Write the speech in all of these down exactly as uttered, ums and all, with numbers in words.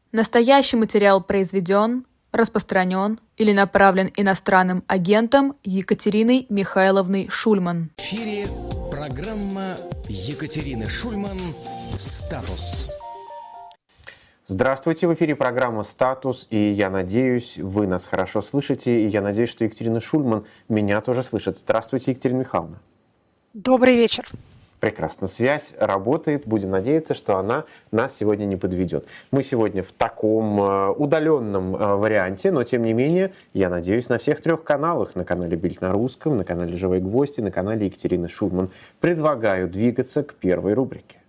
Настоящий материал произведен, распространен или направлен иностранным агентом Екатериной Михайловной Шульман. В эфире программа Екатерины Шульман «Статус». Здравствуйте, в эфире программа «Статус», и я надеюсь, вы нас хорошо слышите, и я надеюсь, что Екатерина Шульман меня тоже слышит. Здравствуйте, Екатерина Михайловна. Добрый вечер. Прекрасно. Связь работает. Будем надеяться, что она нас сегодня не подведет. Мы сегодня в таком удаленном варианте, но тем не менее, я надеюсь, на всех трех каналах. На канале «Бильд на русском», на канале «Живой гвоздь» и на канале Екатерины Шульман. Предлагаю двигаться к первой рубрике.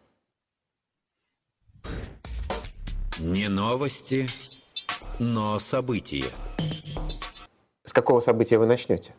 Не новости, но события. С какого события вы начнете?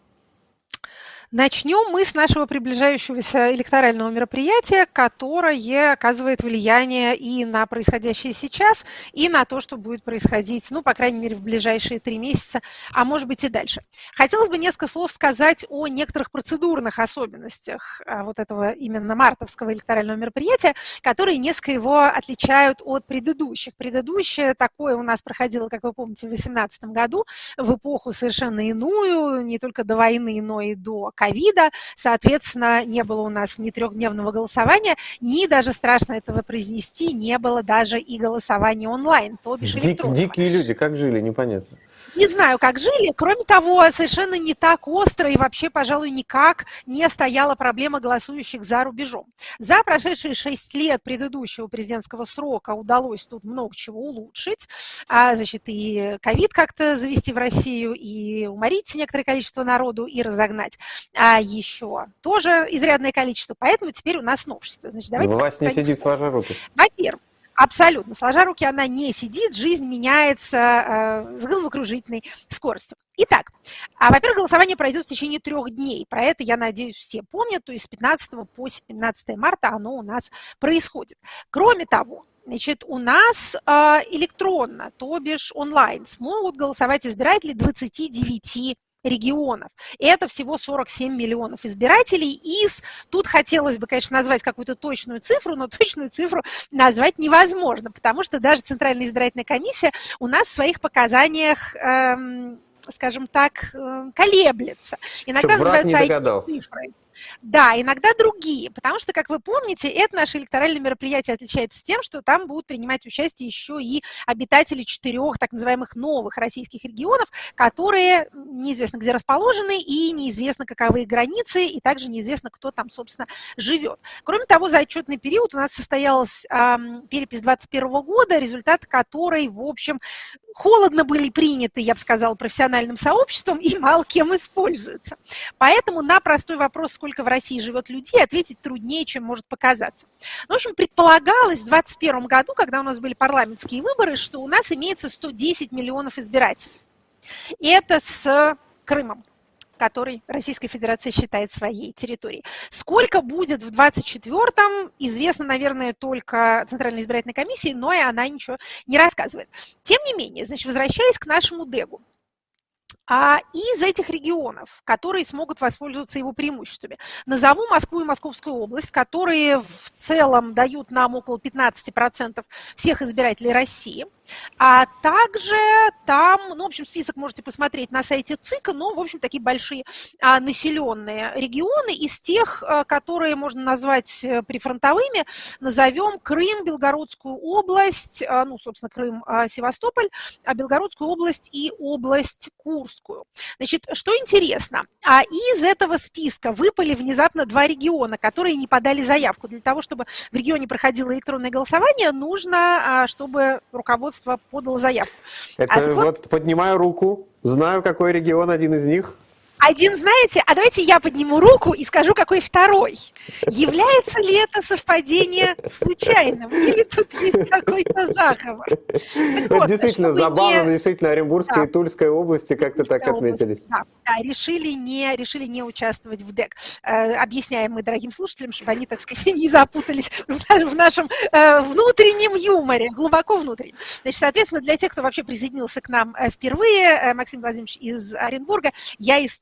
Начнем мы с нашего приближающегося электорального мероприятия, которое оказывает влияние и на происходящее сейчас, и на то, что будет происходить, ну, по крайней мере, в ближайшие три месяца, а может быть и дальше. Хотелось бы несколько слов сказать о некоторых процедурных особенностях вот этого именно мартовского электорального мероприятия, которые несколько его отличают от предыдущих. Предыдущее такое у нас проходило, как вы помните, в две тысячи восемнадцатом году, в эпоху совершенно иную, не только до войны, но и до ковида, соответственно, не было у нас ни трехдневного голосования, ни даже, страшно этого произнести, не было даже и голосования онлайн, то бишь электронного. Дик, дикие люди, как жили, непонятно. Не знаю, как жили. Кроме того, совершенно не так остро и вообще, пожалуй, никак не стояла проблема голосующих за рубежом. За прошедшие шесть лет предыдущего президентского срока удалось тут много чего улучшить. А, значит, и ковид как-то завести в Россию, и уморить некоторое количество народу, и разогнать. А еще тоже изрядное количество. Поэтому теперь у нас новшество. Значит, давайте Власть не сидит сложа руки. Во-первых, абсолютно. Сложа руки она не сидит, жизнь меняется э, с головокружительной скоростью. Итак, а, во-первых, голосование пройдет в течение трех дней. Про это, я надеюсь, все помнят. То есть с пятнадцатого по семнадцатое марта оно у нас происходит. Кроме того, значит, у нас э, электронно, то бишь онлайн, смогут голосовать избиратели двадцати девяти регионов. Это всего сорок семь миллионов избирателей из, тут хотелось бы, конечно, назвать какую-то точную цифру, но точную цифру назвать невозможно, потому что даже Центральная избирательная комиссия у нас в своих показаниях, эм, скажем так, э, колеблется. Иногда называются одни цифры. Да, иногда другие, потому что, как вы помните, это наше электоральное мероприятие отличается тем, что там будут принимать участие еще и обитатели четырех так называемых новых российских регионов, которые неизвестно где расположены и неизвестно каковы их границы, и также неизвестно, кто там, собственно, живет. Кроме того, за отчетный период у нас состоялась э, перепись двадцать первого года, результаты которой, в общем, холодно были приняты, я бы сказала, профессиональным сообществом и мало кем используются. Поэтому на простой вопрос, сколько в России живет людей, ответить труднее, чем может показаться. В общем, предполагалось в двадцать первом году, когда у нас были парламентские выборы, что у нас имеется сто десять миллионов избирателей. И это с Крымом, который Российская Федерация считает своей территорией. Сколько будет в двадцать четвёртом, известно, наверное, только Центральной избирательной комиссии, но и она ничего не рассказывает. Тем не менее, значит, возвращаясь к нашему ДЭГу, а из этих регионов, которые смогут воспользоваться его преимуществами, назову Москву и Московскую область, которые в целом дают нам около пятнадцати процентов всех избирателей России. А также там, ну, в общем, список можете посмотреть на сайте ЦИКа, но, в общем, такие большие а, населенные регионы. Из тех, а, которые можно назвать прифронтовыми, назовем Крым, Белгородскую область, а, ну, собственно, Крым, а, Севастополь, а Белгородскую область и область Курскую. Значит, что интересно, а из этого списка выпали внезапно два региона, которые не подали заявку. Для того, чтобы в регионе проходило электронное голосование, нужно, а, чтобы руководство подало заявку. Это а, вот, вот поднимаю руку, знаю, какой регион, один из них. Один, знаете, а давайте я подниму руку и скажу, какой второй. Является ли это совпадение случайным? Или тут есть какой-то заговор? Это вот, действительно забавно, не... действительно, Оренбургская да. и Тульская области как-то так отметились. Да, да решили, не, решили не участвовать в ДЭГ. Э, объясняем мы дорогим слушателям, чтобы они, так сказать, не запутались в нашем э, внутреннем юморе, глубоко внутреннем. Значит, соответственно, для тех, кто вообще присоединился к нам впервые, Максим Владимирович из Оренбурга, я из Тульской.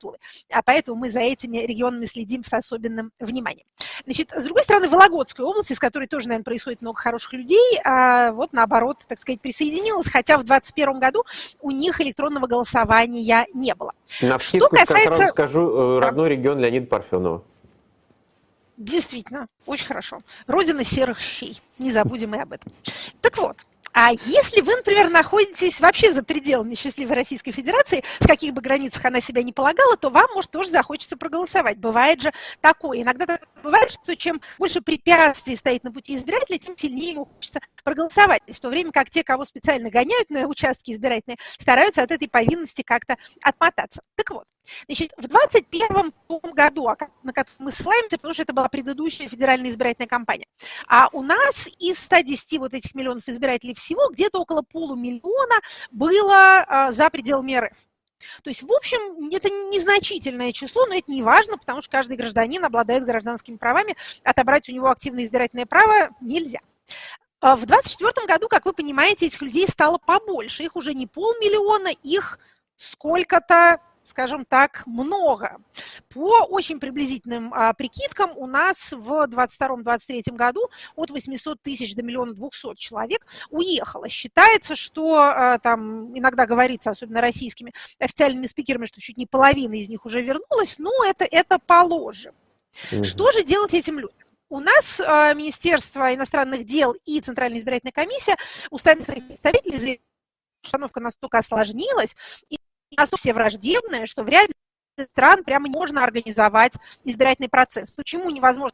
титулы. А поэтому мы за этими регионами следим с особенным вниманием. Значит, с другой стороны, Вологодская область, из которой тоже, наверное, происходит много хороших людей, а вот наоборот, так сказать, присоединилась, хотя в двадцать первом году у них электронного голосования не было. На вскидку, Что касается... сразу скажу, родной регион Леонида Парфенова. Действительно, очень хорошо. Родина серых щей. Не забудем и об этом. Так вот, а если вы, например, находитесь вообще за пределами счастливой Российской Федерации, в каких бы границах она себя не полагала, то вам, может, тоже захочется проголосовать. Бывает же такое. Иногда так бывает, что чем больше препятствий стоит на пути избирателя, тем сильнее ему хочется проголосовать. В то время как те, кого специально гоняют на участки избирательные, стараются от этой повинности как-то отмотаться. Так вот, значит, в двадцать первом году, на котором мы ссылаемся, потому что это была предыдущая федеральная избирательная кампания, а у нас из ста десяти вот этих миллионов избирателей всего где-то около полумиллиона было а, за пределами эр эф. То есть, в общем, это незначительное число, но это не важно, потому что каждый гражданин обладает гражданскими правами, отобрать у него активное избирательное право нельзя. В двадцать четвёртом году, как вы понимаете, этих людей стало побольше. Их уже не полмиллиона, их сколько-то, скажем так, много. По очень приблизительным а, прикидкам у нас в двадцать втором — двадцать третьем году от восьмисот тысяч до миллиона двухсот человек уехало. Считается, что а, там иногда говорится, особенно российскими официальными спикерами, что чуть не половина из них уже вернулась, но это, это положим. Mm-hmm. Что же делать этим людям? У нас э, Министерство иностранных дел и Центральная избирательная комиссия устами своих представителей заявили, что обстановка настолько осложнилась и настолько всевраждебная, что в ряде стран прямо не можно организовать избирательный процесс. Почему невозможно?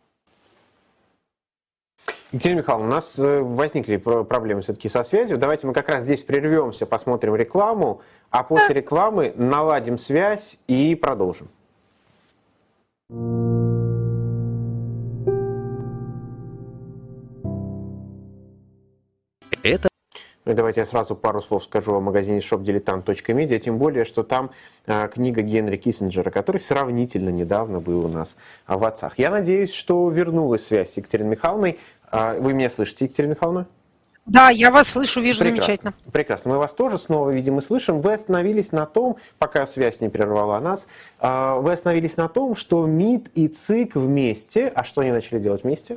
Екатерина Михайловна, у нас возникли проблемы все-таки со связью. Давайте мы как раз здесь прервемся, посмотрим рекламу, а после рекламы наладим связь и продолжим. Это... Ну и давайте я сразу пару слов скажу о магазине шоп дилетант точка медиа, тем более, что там а, книга Генри Киссинджера, который сравнительно недавно был у нас а, в отцах. Я надеюсь, что вернулась связь с Екатериной Михайловной. А, вы меня слышите, Екатерина Михайловна? Да, я вас слышу, вижу. Прекрасно. Замечательно. Прекрасно. Мы вас тоже снова видим и слышим. Вы остановились на том, пока связь не прервала нас, а, вы остановились на том, что МИД и ЦИК вместе, а что они начали делать вместе?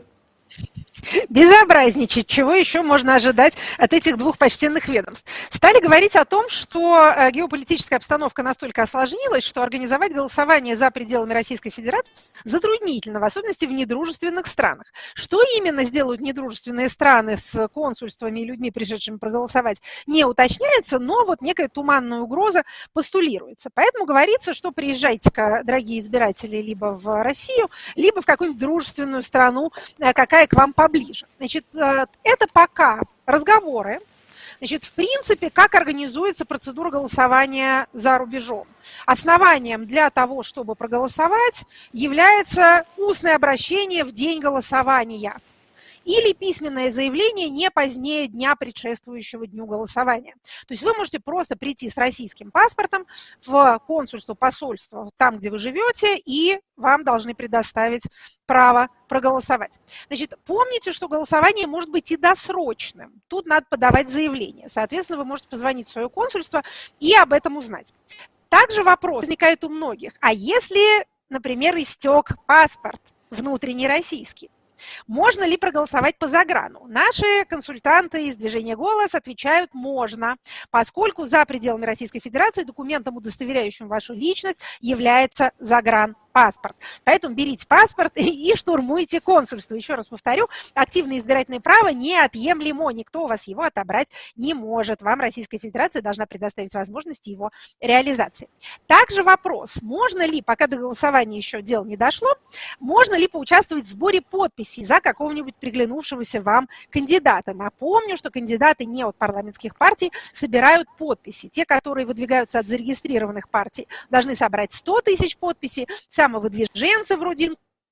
Безобразничать. Чего еще можно ожидать от этих двух почтенных ведомств? Стали говорить о том, что геополитическая обстановка настолько осложнилась, что организовать голосование за пределами Российской Федерации затруднительно, в особенности в недружественных странах. Что именно сделают недружественные страны с консульствами и людьми, пришедшими проголосовать, не уточняется, но вот некая туманная угроза постулируется. Поэтому говорится, что приезжайте-ка, дорогие избиратели, либо в Россию, либо в какую-нибудь дружественную страну, какая к вам поближе. Значит, это пока разговоры. Значит, в принципе, как организуется процедура голосования за рубежом. Основанием для того, чтобы проголосовать, является устное обращение в день голосования или письменное заявление не позднее дня, предшествующего дню голосования. То есть вы можете просто прийти с российским паспортом в консульство, посольство, там, где вы живете, и вам должны предоставить право проголосовать. Значит, помните, что голосование может быть и досрочным. Тут надо подавать заявление. Соответственно, вы можете позвонить в свое консульство и об этом узнать. Также вопрос возникает у многих. А если, например, истек паспорт внутренний российский? Можно ли проголосовать по заграну? Наши консультанты из движения «Голос» отвечают «можно», поскольку за пределами Российской Федерации документом, удостоверяющим вашу личность, является загранпаспорт. Поэтому берите паспорт и штурмуйте консульство. Еще раз повторю, активное избирательное право неотъемлемо, никто у вас его отобрать не может. Вам Российская Федерация должна предоставить возможности его реализации. Также вопрос, можно ли, пока до голосования еще дело не дошло, можно ли поучаствовать в сборе подписей за какого-нибудь приглянувшегося вам кандидата. Напомню, что кандидаты не от парламентских партий собирают подписи. Те, которые выдвигаются от зарегистрированных партий, должны собрать сто тысяч подписей. Самовыдвиженцы вроде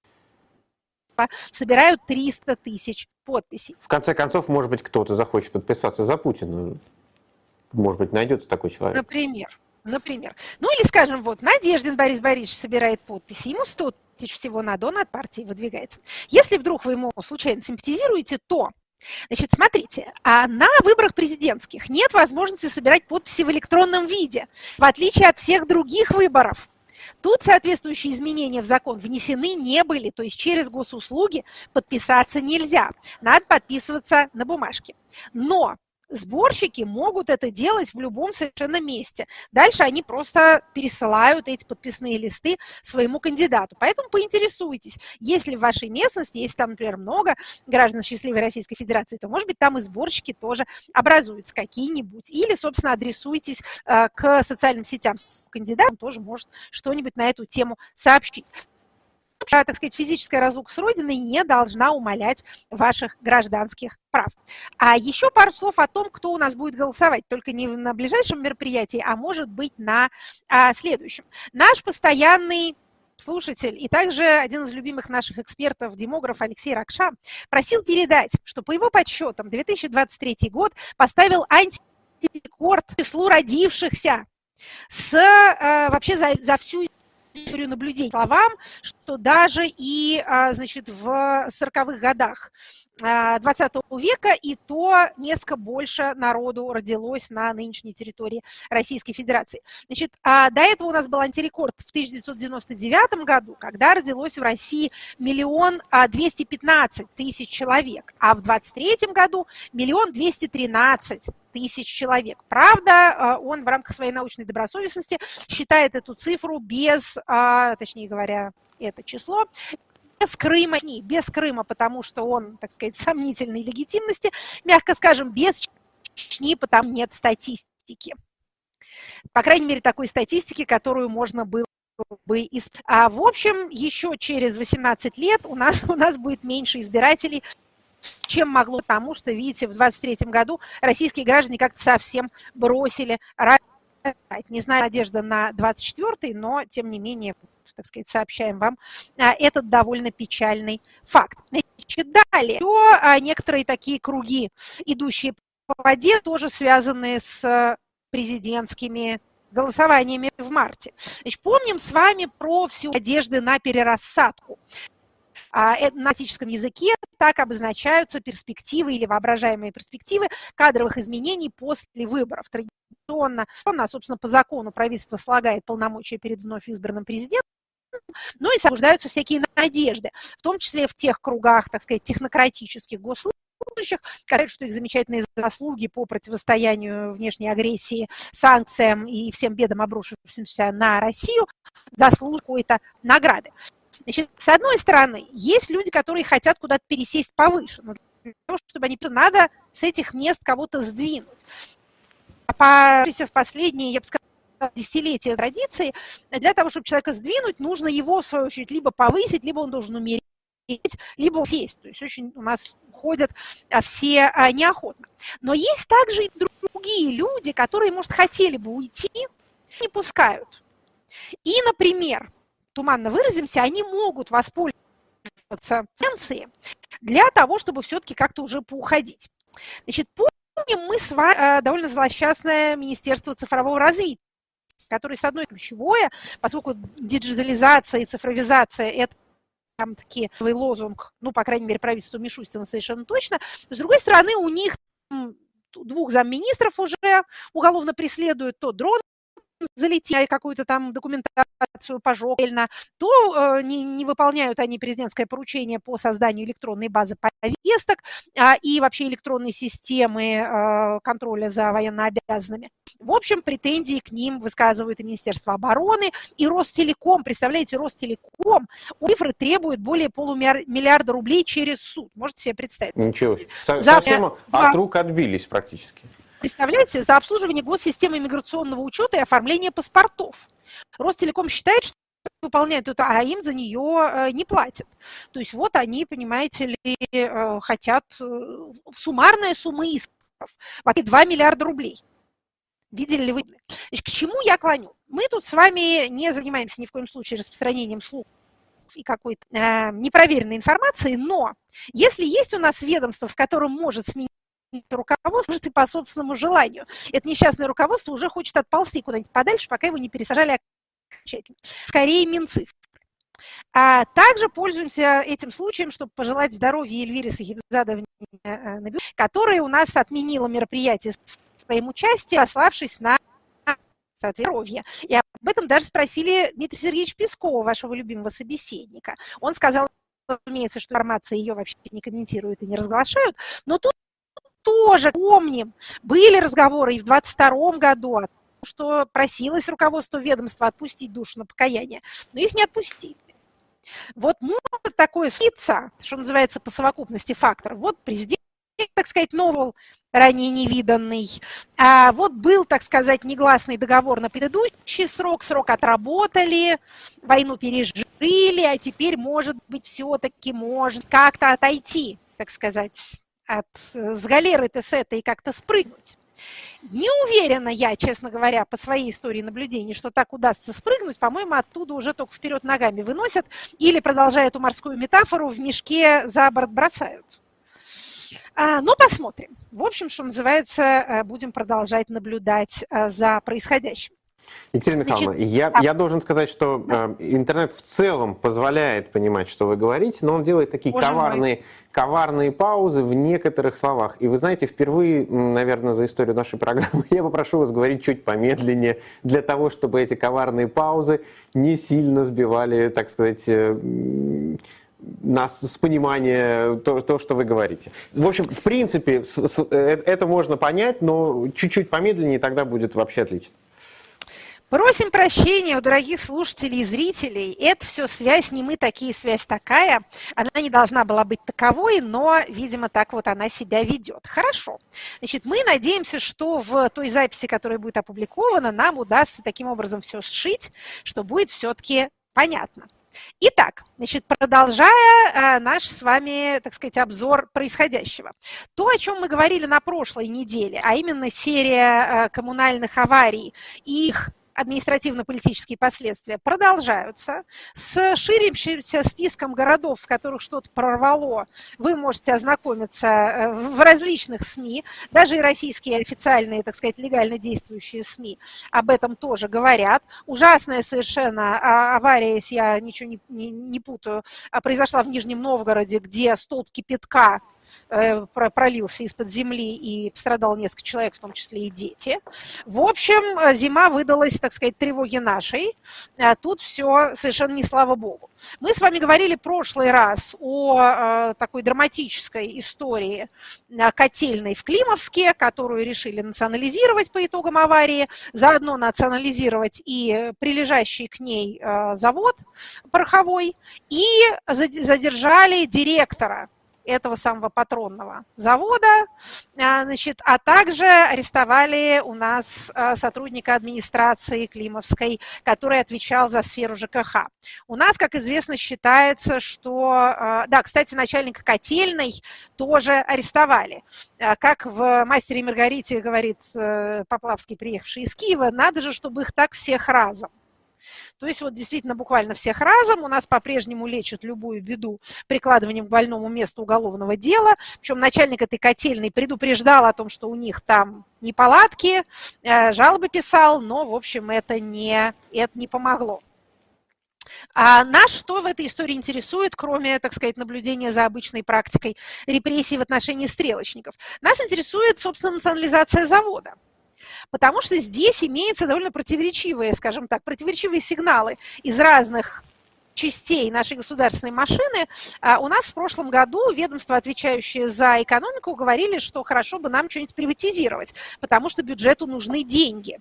собирают триста тысяч подписей. В конце концов, может быть, кто-то захочет подписаться за Путина. Может быть, найдется такой человек. Например. Например. Ну или, скажем, вот Надеждин Борис Борисович собирает подписи, ему сто тысяч всего надо, он от партии выдвигается. Если вдруг вы ему случайно симпатизируете, то, значит, смотрите, а на выборах президентских нет возможности собирать подписи в электронном виде, в отличие от всех других выборов. Тут соответствующие изменения в закон внесены не были, то есть через госуслуги подписаться нельзя, надо подписываться на бумажке. Но сборщики могут это делать в любом совершенно месте. Дальше они просто пересылают эти подписные листы своему кандидату. Поэтому поинтересуйтесь, если в вашей местности, если там, например, много граждан счастливой Российской Федерации, то, может быть, там и сборщики тоже образуются какие-нибудь. Или, собственно, адресуйтесь э, к социальным сетям кандидата, он тоже может что-нибудь на эту тему сообщить. Так сказать, физическая разлука с Родиной не должна умалять ваших гражданских прав. А еще пару слов о том, кто у нас будет голосовать, только не на ближайшем мероприятии, а может быть на а, следующем. Наш постоянный слушатель и также один из любимых наших экспертов, демограф Алексей Ракша, просил передать, что по его подсчетам две тысячи двадцать третий год поставил антирекорд по числу родившихся с а, вообще за, за всю историю наблюдений. Словам, что даже и, значит, в сороковых годах двадцатого века и то несколько больше народу родилось на нынешней территории Российской Федерации. Значит, до этого у нас был антирекорд в тысяча девятьсот девяносто девятом году, когда родилось в России миллион двести пятнадцать тысяч человек, а в двадцать третьем году миллион двести тринадцать тысяч человек. Правда, он в рамках своей научной добросовестности считает эту цифру без, точнее говоря, это число, без Крыма, без Крыма, потому что он, так сказать, сомнительной легитимности, мягко скажем, без Чечни, потому нет статистики. По крайней мере, такой статистики, которую можно было бы из... А в общем, еще через восемнадцать лет у нас, у нас будет меньше избирателей, чем могло, потому что, видите, в двадцать третьем году российские граждане как-то совсем бросили рожать. Не знаю, надежда на двадцать четвёртый, но, тем не менее, так сказать, сообщаем вам этот довольно печальный факт. Значит, далее, то некоторые такие круги, идущие по воде, тоже связаны с президентскими голосованиями в марте. Значит, помним с вами про всю надежды на перерассадку. На политическом языке так обозначаются перспективы или воображаемые перспективы кадровых изменений после выборов. Традиционно, собственно, по закону правительство слагает полномочия перед вновь избранным президентом, ну и соблюдаются всякие надежды, в том числе в тех кругах, так сказать, технократических госслужащих, которые, что их замечательные заслуги по противостоянию внешней агрессии, санкциям и всем бедам, обрушившимся на Россию, заслуживают какой-то награды. Значит, с одной стороны, есть люди, которые хотят куда-то пересесть повыше, но для того, чтобы они... Надо с этих мест кого-то сдвинуть. По в последние, я бы сказала, десятилетия традиции, для того, чтобы человека сдвинуть, нужно его, в свою очередь, либо повысить, либо он должен умереть, либо сесть. То есть очень у нас ходят все неохотно. Но есть также и другие люди, которые, может, хотели бы уйти, не пускают. И, например, туманно выразимся, они могут воспользоваться санкцией для того, чтобы все-таки как-то уже поуходить. Значит, помним мы с вами довольно злосчастное Министерство цифрового развития, которое, с одной стороны, ключевое, поскольку диджитализация и цифровизация – это там такие лозунг, ну, по крайней мере, правительству Мишустина совершенно точно. С другой стороны, у них двух замминистров уже уголовно преследуют, то дрон залетели, какую-то там документацию пожег, то э, не, не выполняют они президентское поручение по созданию электронной базы повесток а, и вообще электронной системы э, контроля за военнообязанными. В общем, претензии к ним высказывают и Министерство обороны, и Ростелеком. Представляете, Ростелеком у цифры требует более полумиллиарда рублей через суд. Можете себе представить? Ничего себе. Со- за... Совсем да. от рук отбились практически. Представляете, за обслуживание госсистемы миграционного учета и оформление паспортов. Ростелеком считает, что выполняют это, а им за нее не платят. То есть вот они, понимаете ли, хотят суммарная сумма исков, вообще два миллиарда рублей. Видели ли вы? Значит, к чему я клоню? Мы тут с вами не занимаемся ни в коем случае распространением слухов и какой-то э, непроверенной информации, но если есть у нас ведомство, в котором может сменить руководство, может и по собственному желанию, это несчастное руководство уже хочет отползти куда-нибудь подальше, пока его не пересажали окончательно. Скорее Минцифры. А также пользуемся этим случаем, чтобы пожелать здоровья Эльвире Сахибзадовне, которая у нас отменила мероприятие с своим участием, сославшись на здоровье. И об Об этом даже спросили Дмитрия Сергеевича Пескова, вашего любимого собеседника. Он сказал, разумеется, что информация ее вообще не комментируют и не разглашают, но тут тоже помним, были разговоры и в двадцать втором году о том, что просилось руководство ведомства отпустить душу на покаяние, но их не отпустили. Вот может такое случиться, что называется по совокупности факторов. Вот президент, так сказать, новый, ранее невиданный. А вот был, так сказать, негласный договор на предыдущий срок, срок отработали, войну пережили, а теперь, может быть, все-таки может как-то отойти, так сказать, от, с галеры-то с этой и как-то спрыгнуть. Не уверена я, честно говоря, по своей истории наблюдений, что так удастся спрыгнуть. По-моему, оттуда уже только вперед ногами выносят или, продолжая эту морскую метафору, в мешке за борт бросают. А, но посмотрим. В общем, что называется, будем продолжать наблюдать за происходящим. Екатерина Михайловна, Значит, я, да. я должен сказать, что да. э, интернет в целом позволяет понимать, что вы говорите, но он делает такие коварные, коварные паузы в некоторых словах. И вы знаете, впервые, наверное, за историю нашей программы я попрошу вас говорить чуть помедленнее, для того, чтобы эти коварные паузы не сильно сбивали, так сказать, э, нас с понимания то, то, что вы говорите. В общем, в принципе, с, с, это можно понять, но чуть-чуть помедленнее, тогда будет вообще отлично. Просим прощения у дорогих слушателей и зрителей. Это все связь не мы такие, связь такая. Она не должна была быть таковой, но, видимо, так вот она себя ведет. Хорошо. Значит, мы надеемся, что в той записи, которая будет опубликована, нам удастся таким образом все сшить, что будет все-таки понятно. Итак, значит, продолжая э, наш с вами, так сказать, обзор происходящего. То, о чем мы говорили на прошлой неделе, а именно серия э, коммунальных аварий и их административно-политические последствия продолжаются. С ширящимся списком городов, в которых что-то прорвало, вы можете ознакомиться в различных СМИ, даже и российские официальные, так сказать, легально действующие СМИ об этом тоже говорят. Ужасная совершенно авария, если я ничего не, не, не путаю, произошла в Нижнем Новгороде, где столб кипятка пролился из-под земли и пострадало несколько человек, в том числе и дети. В общем, зима выдалась, так сказать, тревоги нашей. А тут все совершенно не слава богу. Мы с вами говорили в прошлый раз о э, такой драматической истории котельной в Климовске, которую решили национализировать по итогам аварии, заодно национализировать и прилежащий к ней э, завод пороховой, и задержали директора этого самого патронного завода, значит, а также арестовали у нас сотрудника администрации Климовской, который отвечал за сферу ЖКХ. У нас, как известно, считается, что... Да, кстати, начальника котельной тоже арестовали. Как в «Мастере и Маргарите» говорит Поплавский, приехавший из Киева, надо же, чтобы их так всех разом. То есть вот действительно буквально всех разом. У нас по-прежнему лечат любую беду прикладыванием к больному месту уголовного дела. Причем начальник этой котельной предупреждал о том, что у них там неполадки, жалобы писал, но, в общем, это не, это не помогло. А нас что в этой истории интересует, кроме, так сказать, наблюдения за обычной практикой репрессий в отношении стрелочников? Нас интересует, собственно, национализация завода. Потому что здесь имеются довольно противоречивые, скажем так, противоречивые сигналы из разных частей нашей государственной машины. У нас в прошлом году ведомства, отвечающие за экономику, говорили, что хорошо бы нам что-нибудь приватизировать, потому что бюджету нужны деньги.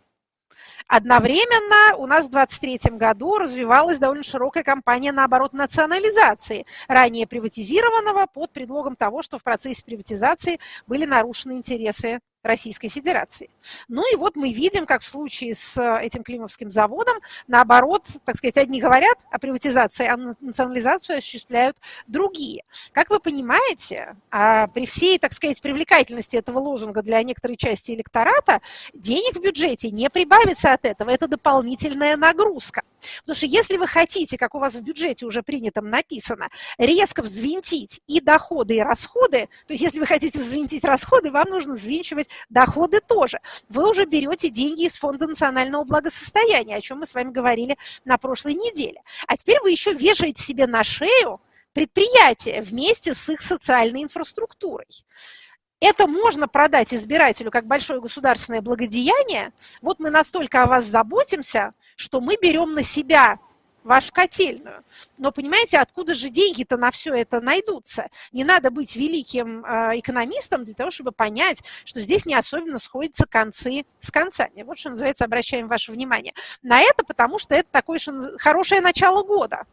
Одновременно у нас в двадцать третьем году развивалась довольно широкая кампания, наоборот, национализации ранее приватизированного под предлогом того, что в процессе приватизации были нарушены интересы Российской Федерации. Ну и вот мы видим, как в случае с этим Климовским заводом, наоборот, так сказать, одни говорят о приватизации, а национализацию осуществляют другие. Как вы понимаете, при всей, так сказать, привлекательности этого лозунга для некоторой части электората, денег в бюджете не прибавится от этого, это дополнительная нагрузка. Потому что если вы хотите, как у вас в бюджете уже принятом написано, резко взвинтить и доходы, и расходы, то есть если вы хотите взвинтить расходы, вам нужно взвинчивать доходы тоже. Вы уже берете деньги из Фонда национального благосостояния, о чем мы с вами говорили на прошлой неделе. А теперь вы еще вешаете себе на шею предприятия вместе с их социальной инфраструктурой. Это можно продать избирателю как большое государственное благодеяние. Вот мы настолько о вас заботимся, что мы берем на себя вашу котельную. Но понимаете, откуда же деньги-то на все это найдутся? Не надо быть великим э, экономистом для того, чтобы понять, что здесь не особенно сходятся концы с концами. Вот что называется, обращаем ваше внимание на это, потому что это такое что, хорошее начало года.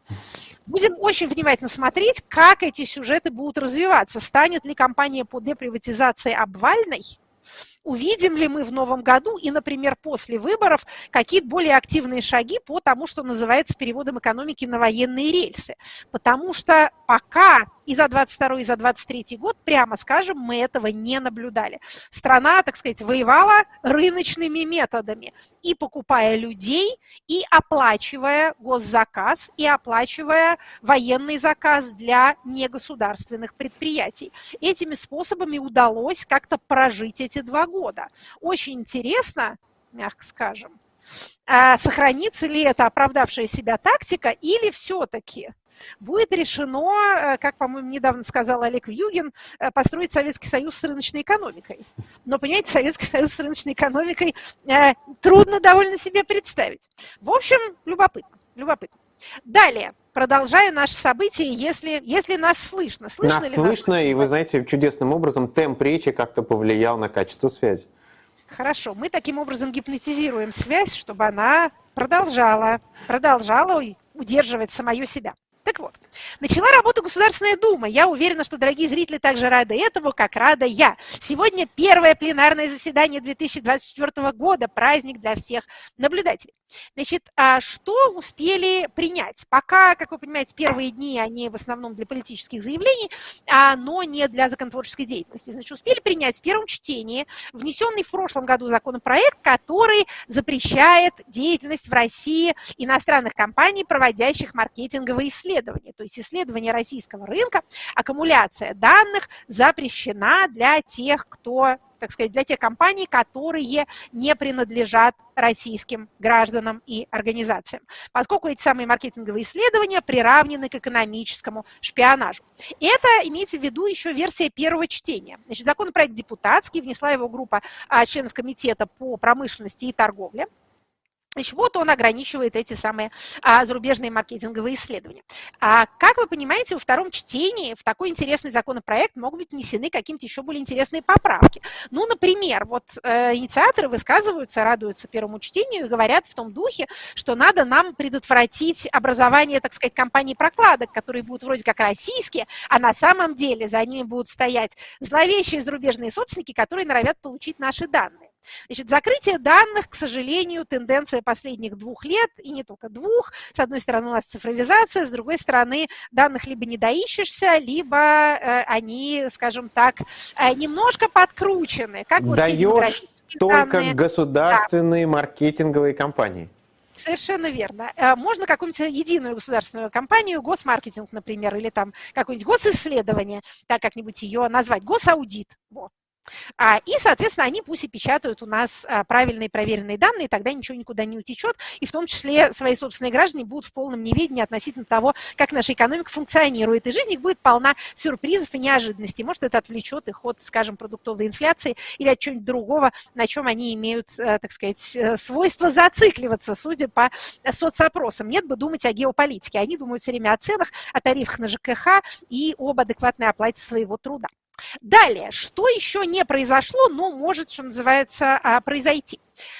Будем очень внимательно смотреть, как эти сюжеты будут развиваться. Станет ли кампания по деприватизации обвальной? Увидим ли мы в новом году и, например, после выборов какие-то более активные шаги по тому, что называется переводом экономики на военные рельсы? Потому что пока и за двадцать второй, и за двадцать третий год, прямо скажем, мы этого не наблюдали. Страна, так сказать, воевала рыночными методами, и покупая людей, и оплачивая госзаказ, и оплачивая военный заказ для негосударственных предприятий. Этими способами удалось как-то прожить эти два года. Очень интересно, мягко скажем, сохранится ли эта оправдавшая себя тактика, или все-таки будет решено, как, по-моему, недавно сказал Олег Вьюгин, построить Советский Союз с рыночной экономикой. Но, понимаете, Советский Союз с рыночной экономикой э, трудно довольно себе представить. В общем, любопытно, любопытно. Далее, продолжая наши события, если, если нас слышно. Слышно нас ли слышно, нас? И вы знаете, чудесным образом темп речи как-то повлиял на качество связи. Хорошо, мы таким образом гипнотизируем связь, чтобы она продолжала, продолжала удерживать самое себя. Так вот, начала работу Государственная Дума. Я уверена, что дорогие зрители также рады этому, как рада я. Сегодня первое пленарное заседание две тысячи двадцать четвёртого года, праздник для всех наблюдателей. Значит, а что успели принять? Пока, как вы понимаете, первые дни, они в основном для политических заявлений, но не для законотворческой деятельности. Значит, успели принять в первом чтении внесенный в прошлом году законопроект, который запрещает деятельность в России иностранных компаний, проводящих маркетинговые исследования. То есть исследование российского рынка, аккумуляция данных запрещена для тех, кто, так сказать, для тех компаний, которые не принадлежат российским гражданам и организациям, поскольку эти самые маркетинговые исследования приравнены к экономическому шпионажу. Это имеется в виду еще версия первого чтения. Значит, законопроект депутатский, внесла его группа а, членов комитета по промышленности и торговле. Значит, вот он ограничивает эти самые а, зарубежные маркетинговые исследования. А, как вы понимаете, во втором чтении в такой интересный законопроект могут быть внесены какие-то еще более интересные поправки. Ну, например, вот э, инициаторы высказываются, радуются первому чтению и говорят в том духе, что надо нам предотвратить образование, так сказать, компаний прокладок, которые будут вроде как российские, а на самом деле за ними будут стоять зловещие зарубежные собственники, которые норовят получить наши данные. Значит, закрытие данных, к сожалению, тенденция последних двух лет, и не только двух. С одной стороны, у нас цифровизация, с другой стороны, данных либо не доищешься, либо э, они, скажем так, э, немножко подкручены. Как вот даешь только данные. государственные Да. маркетинговые компании. Совершенно верно. Можно какую-нибудь единую государственную компанию, госмаркетинг, например, или там какое-нибудь госисследование, так как-нибудь ее назвать, госаудит. Вот. И, соответственно, они пусть и печатают у нас правильные проверенные данные, тогда ничего никуда не утечет, и в том числе свои собственные граждане будут в полном неведении относительно того, как наша экономика функционирует, и жизнь их будет полна сюрпризов и неожиданностей. Может, это отвлечет их от, скажем, продуктовой инфляции или от чего-нибудь другого, на чем они имеют, так сказать, свойство зацикливаться, судя по соцопросам. Нет бы думать о геополитике, они думают все время о ценах, о тарифах на ЖКХ и об адекватной оплате своего труда. Далее, что еще не произошло, но может, что называется, произойти?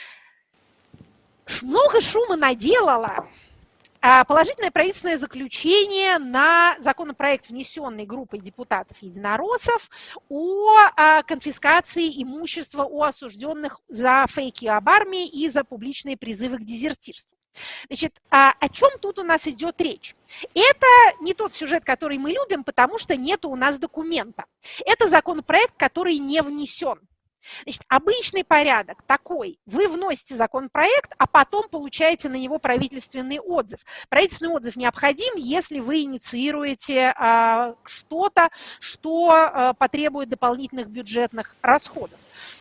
Много шума наделало положительное правительственное заключение на законопроект, внесенный группой депутатов-единороссов, о конфискации имущества у осужденных за фейки об армии и за публичные призывы к дезертирству. Значит, о чем тут у нас идет речь? Это не тот сюжет, который мы любим, потому что нет у нас документа. Это законопроект, который не внесен. Значит, обычный порядок такой. Вы вносите законопроект, а потом получаете на него правительственный отзыв. Правительственный отзыв необходим, если вы инициируете а, что-то, что а, потребует дополнительных бюджетных расходов.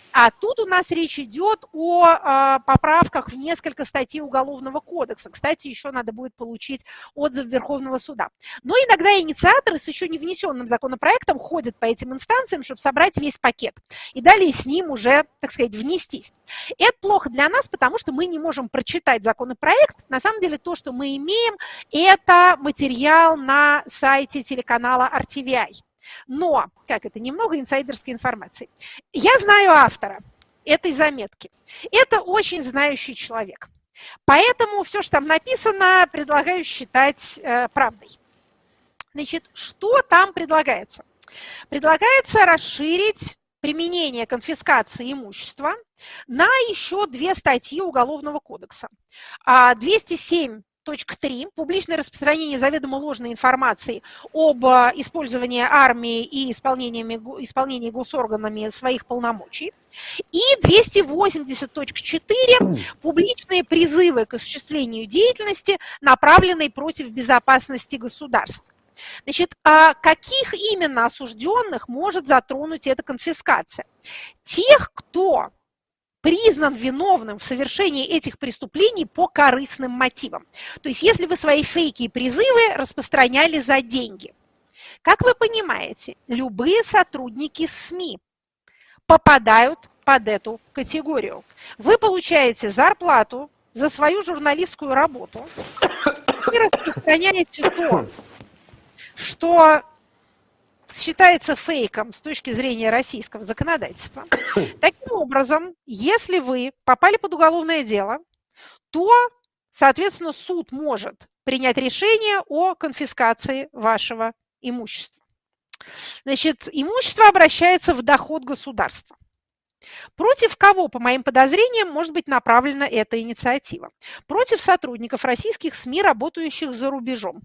А тут у нас речь идет о э, поправках в несколько статей Уголовного кодекса. Кстати, еще надо будет получить отзыв Верховного суда. Но иногда инициаторы с еще не внесенным законопроектом ходят по этим инстанциям, чтобы собрать весь пакет. И далее с ним уже, так сказать, внестись. Это плохо для нас, потому что мы не можем прочитать законопроект. На самом деле то, что мы имеем, это материал на сайте телеканала эр ти ви ай. Но, как это, немного инсайдерской информации. Я знаю автора этой заметки. Это очень знающий человек. Поэтому все, что там написано, предлагаю считать э, правдой. Значит, что там предлагается? Предлагается расширить применение конфискации имущества на еще две статьи Уголовного кодекса. двести семь точка три публичное распространение заведомо ложной информации об использовании армии и исполнении, исполнении госорганами своих полномочий. И двести восемьдесят точка четыре публичные призывы к осуществлению деятельности, направленной против безопасности государства. Значит, а каких именно осужденных может затронуть эта конфискация? Тех, кто признан виновным в совершении этих преступлений по корыстным мотивам. То есть если вы свои фейки и призывы распространяли за деньги. Как вы понимаете, любые сотрудники СМИ попадают под эту категорию. Вы получаете зарплату за свою журналистскую работу и распространяете то, что считается фейком с точки зрения российского законодательства. Таким образом, если вы попали под уголовное дело, то, соответственно, суд может принять решение о конфискации вашего имущества. Значит, имущество обращается в доход государства. Против кого, по моим подозрениям, может быть направлена эта инициатива? Против сотрудников российских СМИ, работающих за рубежом.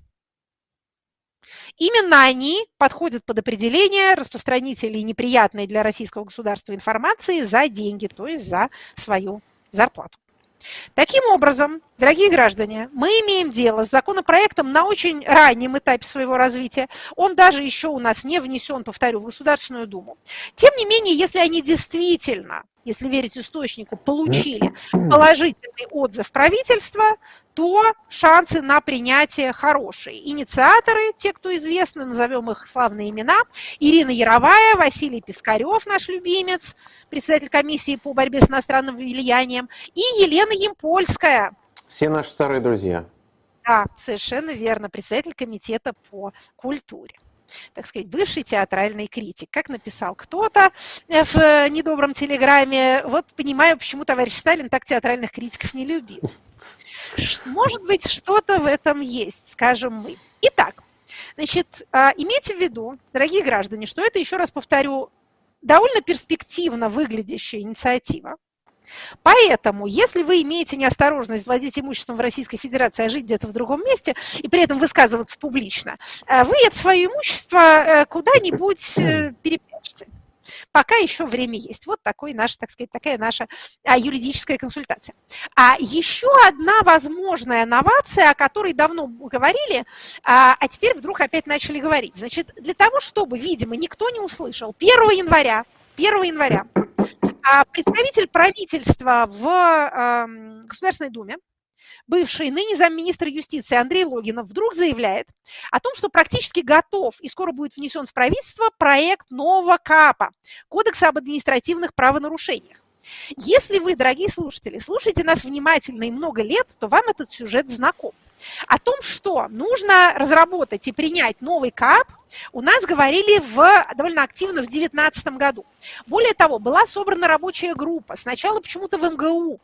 Именно они подходят под определение распространителей неприятной для российского государства информации за деньги, то есть за свою зарплату. Таким образом, дорогие граждане, мы имеем дело с законопроектом на очень раннем этапе своего развития. Он даже еще у нас не внесен, повторю, в Государственную Думу. Тем не менее, если они действительно, если верить источнику, получили положительный отзыв правительства, то шансы на принятие хорошие. Инициаторы, те, кто известны, назовем их славные имена: Ирина Яровая, Василий Пискарев, наш любимец, председатель комиссии по борьбе с иностранным влиянием, и Елена Ямпольская. Все наши старые друзья. Да, совершенно верно, председатель комитета по культуре. Так сказать, бывший театральный критик. Как написал кто-то в недобром телеграме, вот понимаю, почему товарищ Сталин так театральных критиков не любил. Может быть, что-то в этом есть, скажем мы. Итак, значит, имейте в виду, дорогие граждане, что это, еще раз повторю, довольно перспективно выглядящая инициатива. Поэтому, если вы имеете неосторожность владеть имуществом в Российской Федерации, а жить где-то в другом месте, и при этом высказываться публично, вы это свое имущество куда-нибудь перепрячьте. Пока еще время есть. Вот такой наш, так сказать, такая наша а, юридическая консультация. А еще одна возможная новация, о которой давно говорили, а, а теперь вдруг опять начали говорить. Значит, для того, чтобы, видимо, никто не услышал, первого января, первого января а, представитель правительства в а, Государственной Думе, бывший ныне замминистра юстиции Андрей Логинов, вдруг заявляет о том, что практически готов и скоро будет внесен в правительство проект нового КАПа, Кодекса об административных правонарушениях. Если вы, дорогие слушатели, слушаете нас внимательно и много лет, то вам этот сюжет знаком. О том, что нужно разработать и принять новый КАП, у нас говорили в, довольно активно в две тысячи девятнадцатом году. Более того, была собрана рабочая группа, сначала почему-то в эм гэ у,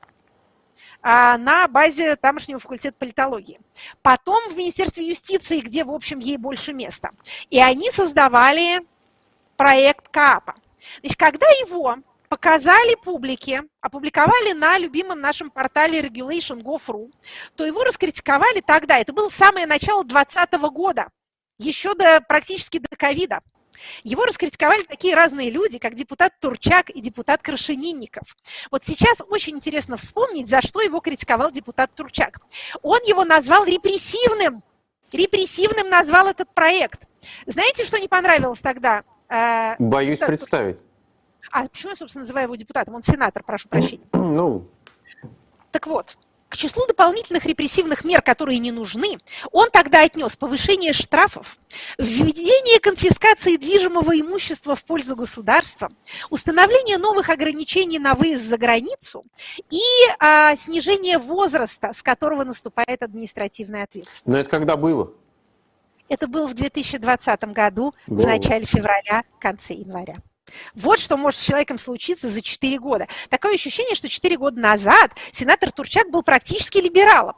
на базе тамошнего факультета политологии. Потом в Министерстве юстиции, где, в общем, ей больше места. И они создавали проект КАПа. Значит, когда его показали публике, опубликовали на любимом нашем портале регулейшн точка гов точка ру, то его раскритиковали тогда. Это было самое начало двадцатого года, еще до, практически до ковида. Его раскритиковали такие разные люди, как депутат Турчак и депутат Крашенинников. Вот сейчас очень интересно вспомнить, за что его критиковал депутат Турчак. Он его назвал репрессивным. Репрессивным назвал этот проект. Знаете, что не понравилось тогда? Боюсь депутату? представить. А почему я, собственно, называю его депутатом? Он сенатор, прошу прощения. Ну. Так вот, к числу дополнительных репрессивных мер, которые не нужны, он тогда отнес повышение штрафов, введение конфискации движимого имущества в пользу государства, установление новых ограничений на выезд за границу и а, снижение возраста, с которого наступает административная ответственность. Но это когда было? Это было в две тысячи двадцатом году, Гоу. в начале февраля, конце января. Вот что может с человеком случиться за четыре года. Такое ощущение, что четыре года назад сенатор Турчак был практически либералом.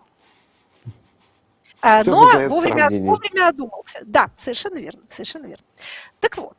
Все но вовремя, вовремя одумался. Да, совершенно верно, совершенно верно. Так вот,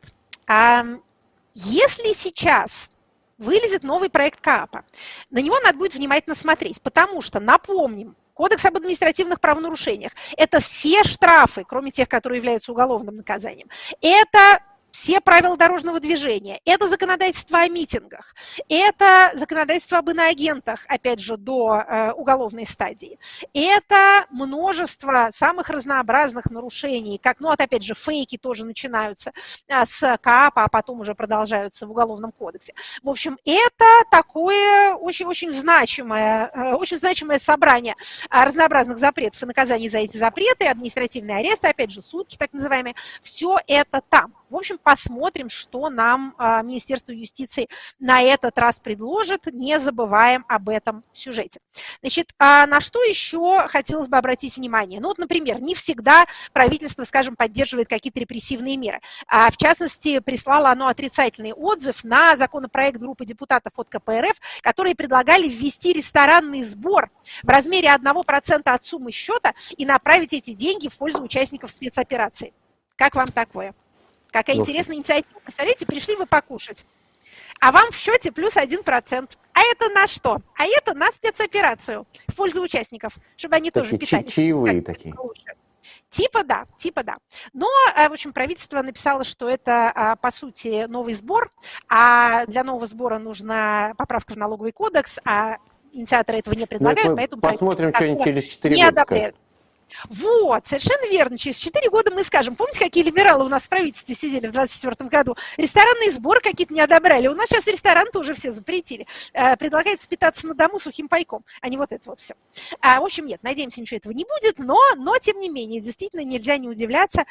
если сейчас вылезет новый проект КАПа, на него надо будет внимательно смотреть, потому что, напомним, Кодекс об административных правонарушениях – это все штрафы, кроме тех, которые являются уголовным наказанием. Это все правила дорожного движения, это законодательство о митингах, это законодательство об иноагентах, опять же, до э, уголовной стадии. Это множество самых разнообразных нарушений, как, ну, вот опять же, фейки тоже начинаются э, с КАПа, а потом уже продолжаются в Уголовном кодексе. В общем, это такое очень-очень значимое, э, очень значимое собрание э, разнообразных запретов и наказаний за эти запреты, административные аресты, опять же, сутки так называемые, все это там. В общем, посмотрим, что нам а, Министерство юстиции на этот раз предложит. Не забываем об этом сюжете. Значит, а на что еще хотелось бы обратить внимание? Ну вот, например, не всегда правительство, скажем, поддерживает какие-то репрессивные меры. А, в частности, прислало оно отрицательный отзыв на законопроект группы депутатов от ка пэ эр эф, которые предлагали ввести ресторанный сбор в размере одного процента от суммы счета и направить эти деньги в пользу участников спецоперации. Как вам такое? Какая интересная инициатива. Представляете, пришли вы покушать, а вам в счете плюс один процент. А это на что? А это на спецоперацию в пользу участников, чтобы они такие тоже питались. Чаевые такие. Типа да, типа да. Но, в общем, правительство написало, что это, по сути, новый сбор, а для нового сбора нужна поправка в налоговый кодекс, а инициаторы этого не предлагают, поэтому посмотрим что-нибудь через четыре не года. одобряют. Вот, совершенно верно. Через четыре года мы скажем, помните, какие либералы у нас в правительстве сидели в двадцать четвёртом году? Ресторанные сборы какие-то не одобряли. У нас сейчас ресторан тоже все запретили. Предлагается питаться на дому сухим пайком, а не вот это вот все. А, в общем, нет, надеемся, ничего этого не будет, но, но тем не менее, действительно нельзя не удивляться,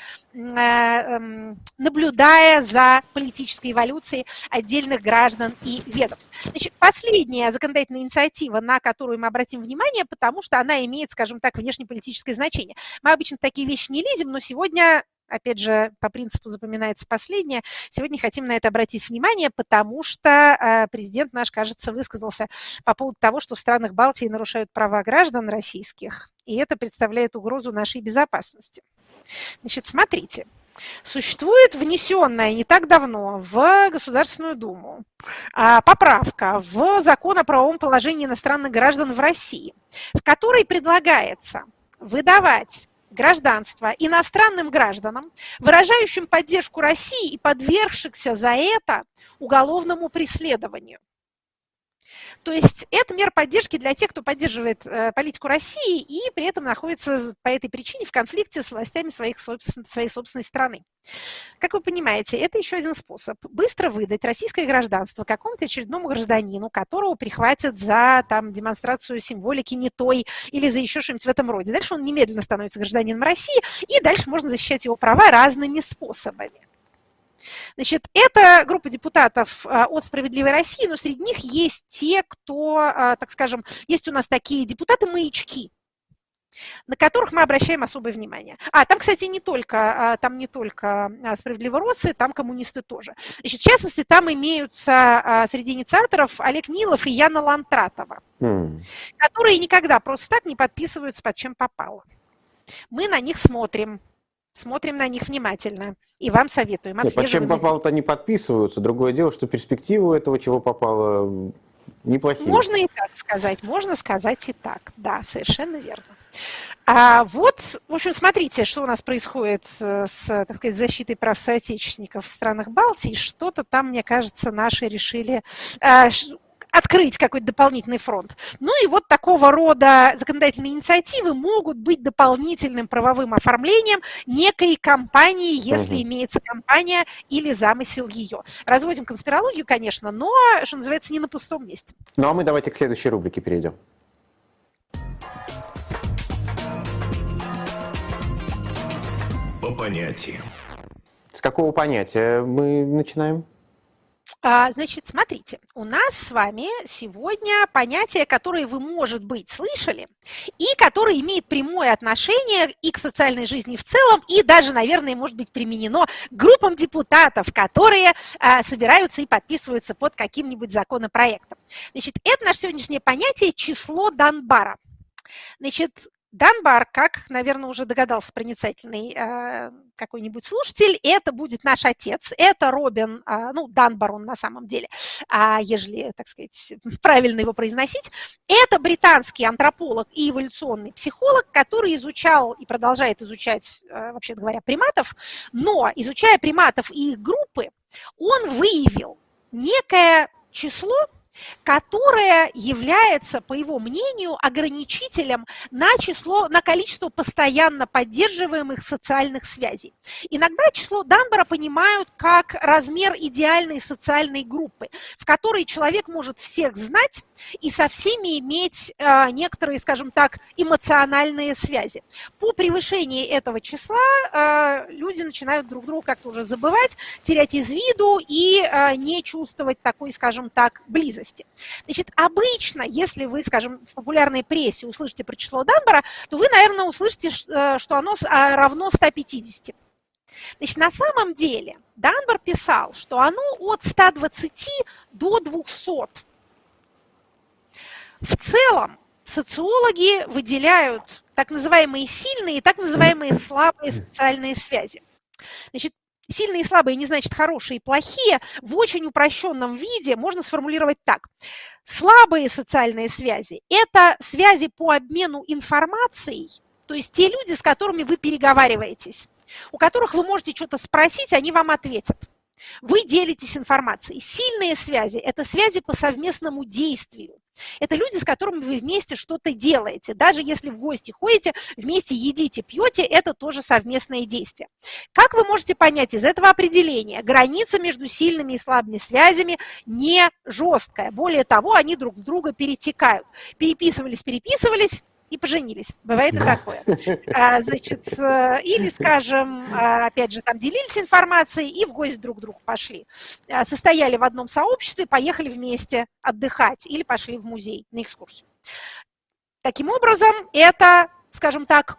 наблюдая за политической эволюцией отдельных граждан и ведомств. Значит, последняя законодательная инициатива, на которую мы обратим внимание, потому что она имеет, скажем так, внешнеполитическое значение. Мы обычно такие вещи не лезем, но сегодня, опять же, по принципу запоминается последнее, сегодня хотим на это обратить внимание, потому что президент наш, кажется, высказался по поводу того, что в странах Балтии нарушают права граждан российских, и это представляет угрозу нашей безопасности. Значит, смотрите. Существует внесенная не так давно в Государственную Думу поправка в закон о правовом положении иностранных граждан в России, в которой предлагается выдавать гражданство иностранным гражданам, выражающим поддержку России и подвергшихся за это уголовному преследованию. То есть это мера поддержки для тех, кто поддерживает э, политику России и при этом находится по этой причине в конфликте с властями своих собствен... своей собственной страны. Как вы понимаете, это еще один способ быстро выдать российское гражданство какому-то очередному гражданину, которого прихватят за там, демонстрацию символики не той или за еще что-нибудь в этом роде. Дальше он немедленно становится гражданином России, и дальше можно защищать его права разными способами. Значит, это группа депутатов от «Справедливой России», но среди них есть те, кто, так скажем, есть у нас такие депутаты-маячки, на которых мы обращаем особое внимание. А, там, кстати, не только, там не только справедливоросы, там коммунисты тоже. Значит, в частности, там имеются среди инициаторов Олег Нилов и Яна Лантратова, mm. которые никогда просто так не подписываются под чем попало. Мы на них смотрим. Смотрим на них внимательно и вам советуем. Нет, под чем попало-то не подписываются. Другое дело, что перспективы у этого, чего попало, неплохие. Можно и так сказать, можно сказать и так. Да, совершенно верно. А вот, в общем, смотрите, что у нас происходит с, так сказать, защитой прав соотечественников в странах Балтии. Что-то там, мне кажется, наши решили... От открыть какой-то дополнительный фронт. Ну и вот такого рода законодательные инициативы могут быть дополнительным правовым оформлением некой компании, если угу. имеется компания или замысел ее. Разводим конспирологию, конечно, но, что называется, не на пустом месте. Ну а мы давайте к следующей рубрике перейдем. По понятиям. С какого понятия мы начинаем? Значит, смотрите, у нас с вами сегодня понятие, которое вы, может быть, слышали, и которое имеет прямое отношение и к социальной жизни в целом, и даже, наверное, может быть применено к группам депутатов, которые а, собираются и подписываются под каким-нибудь законопроектом. Значит, это наше сегодняшнее понятие «число Данбара». Значит, Данбар, как, наверное, уже догадался проницательный э, какой-нибудь слушатель, это будет наш отец, это Робин, э, ну, Данбар он на самом деле, а ежели, так сказать, правильно его произносить, это британский антрополог и эволюционный психолог, который изучал и продолжает изучать, э, вообще говоря, приматов, но, изучая приматов и их группы, он выявил некое число, которое является, по его мнению, ограничителем на число, на количество постоянно поддерживаемых социальных связей. Иногда число Данбара понимают как размер идеальной социальной группы, в которой человек может всех знать и со всеми иметь э, некоторые, скажем так, эмоциональные связи. По превышении этого числа э, люди начинают друг друга как-то уже забывать, терять из виду и э, не чувствовать такой, скажем так, близости. Значит, обычно, если вы, скажем, в популярной прессе услышите про число Данбара, то вы, наверное, услышите, что оно равно ста пятидесяти. Значит, на самом деле Данбар писал, что оно от ста двадцати до двухсот. В целом социологи выделяют так называемые сильные и так называемые слабые социальные связи. Значит, сильные и слабые не значит хорошие и плохие. В очень упрощенном виде можно сформулировать так. Слабые социальные связи – это связи по обмену информацией, то есть те люди, с которыми вы переговариваетесь, у которых вы можете что-то спросить, они вам ответят. Вы делитесь информацией. Сильные связи – это связи по совместному действию. Это люди, с которыми вы вместе что-то делаете. Даже если в гости ходите, вместе едите, пьете, это тоже совместное действие. Как вы можете понять из этого определения, граница между сильными и слабыми связями не жесткая. Более того, они друг в друга перетекают. Переписывались, переписывались и поженились. Бывает и такое. А, значит, или, скажем, опять же, там делились информацией и в гости друг к другу пошли. Состояли в одном сообществе, поехали вместе отдыхать или пошли в музей на экскурсию. Таким образом, это, скажем так,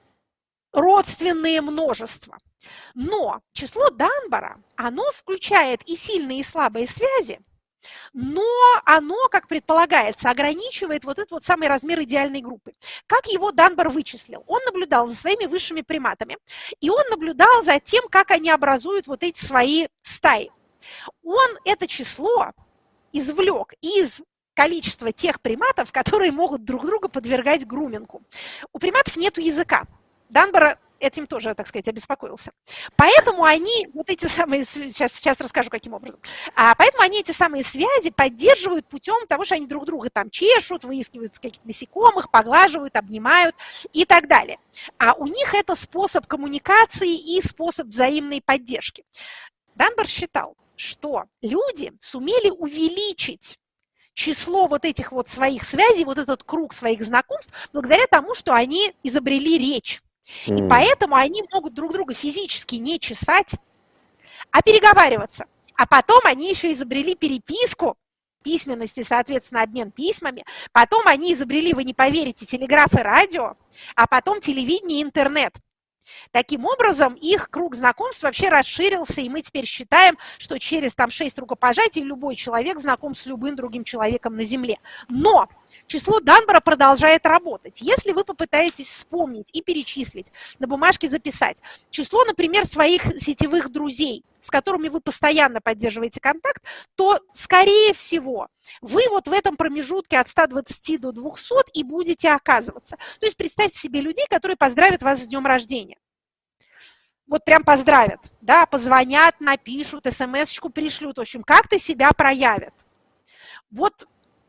родственные множества. Но число Данбара, оно включает и сильные, и слабые связи, но оно, как предполагается, ограничивает вот этот вот самый размер идеальной группы. Как его Данбар вычислил? Он наблюдал за своими высшими приматами, и он наблюдал за тем, как они образуют вот эти свои стаи. Он это число извлек из количества тех приматов, которые могут друг друга подвергать грумингу. У приматов нет языка. Данбар этим тоже, так сказать, обеспокоился. Поэтому они, вот эти самые, сейчас, сейчас расскажу, каким образом, а, поэтому они эти самые связи поддерживают путем того, что они друг друга там чешут, выискивают каких-то насекомых, поглаживают, обнимают и так далее. А у них это способ коммуникации и способ взаимной поддержки. Данбар считал, что люди сумели увеличить число вот этих вот своих связей, вот этот круг своих знакомств, благодаря тому, что они изобрели речь. И mm. поэтому они могут друг друга физически не чесать, а переговариваться. А потом они еще изобрели переписку, письменность и, соответственно, обмен письмами. Потом они изобрели, вы не поверите, телеграф и радио, а потом телевидение и интернет. Таким образом, их круг знакомств вообще расширился, и мы теперь считаем, что через там, шесть рукопожатий любой человек знаком с любым другим человеком на Земле. Но число Данбара продолжает работать. Если вы попытаетесь вспомнить и перечислить, на бумажке записать число, например, своих сетевых друзей, с которыми вы постоянно поддерживаете контакт, то, скорее всего, вы вот в этом промежутке от ста двадцати до двухсот и будете оказываться. То есть представьте себе людей, которые поздравят вас с днем рождения. Вот прям поздравят, да, позвонят, напишут, смс-очку пришлют, в общем, как-то себя проявят. Вот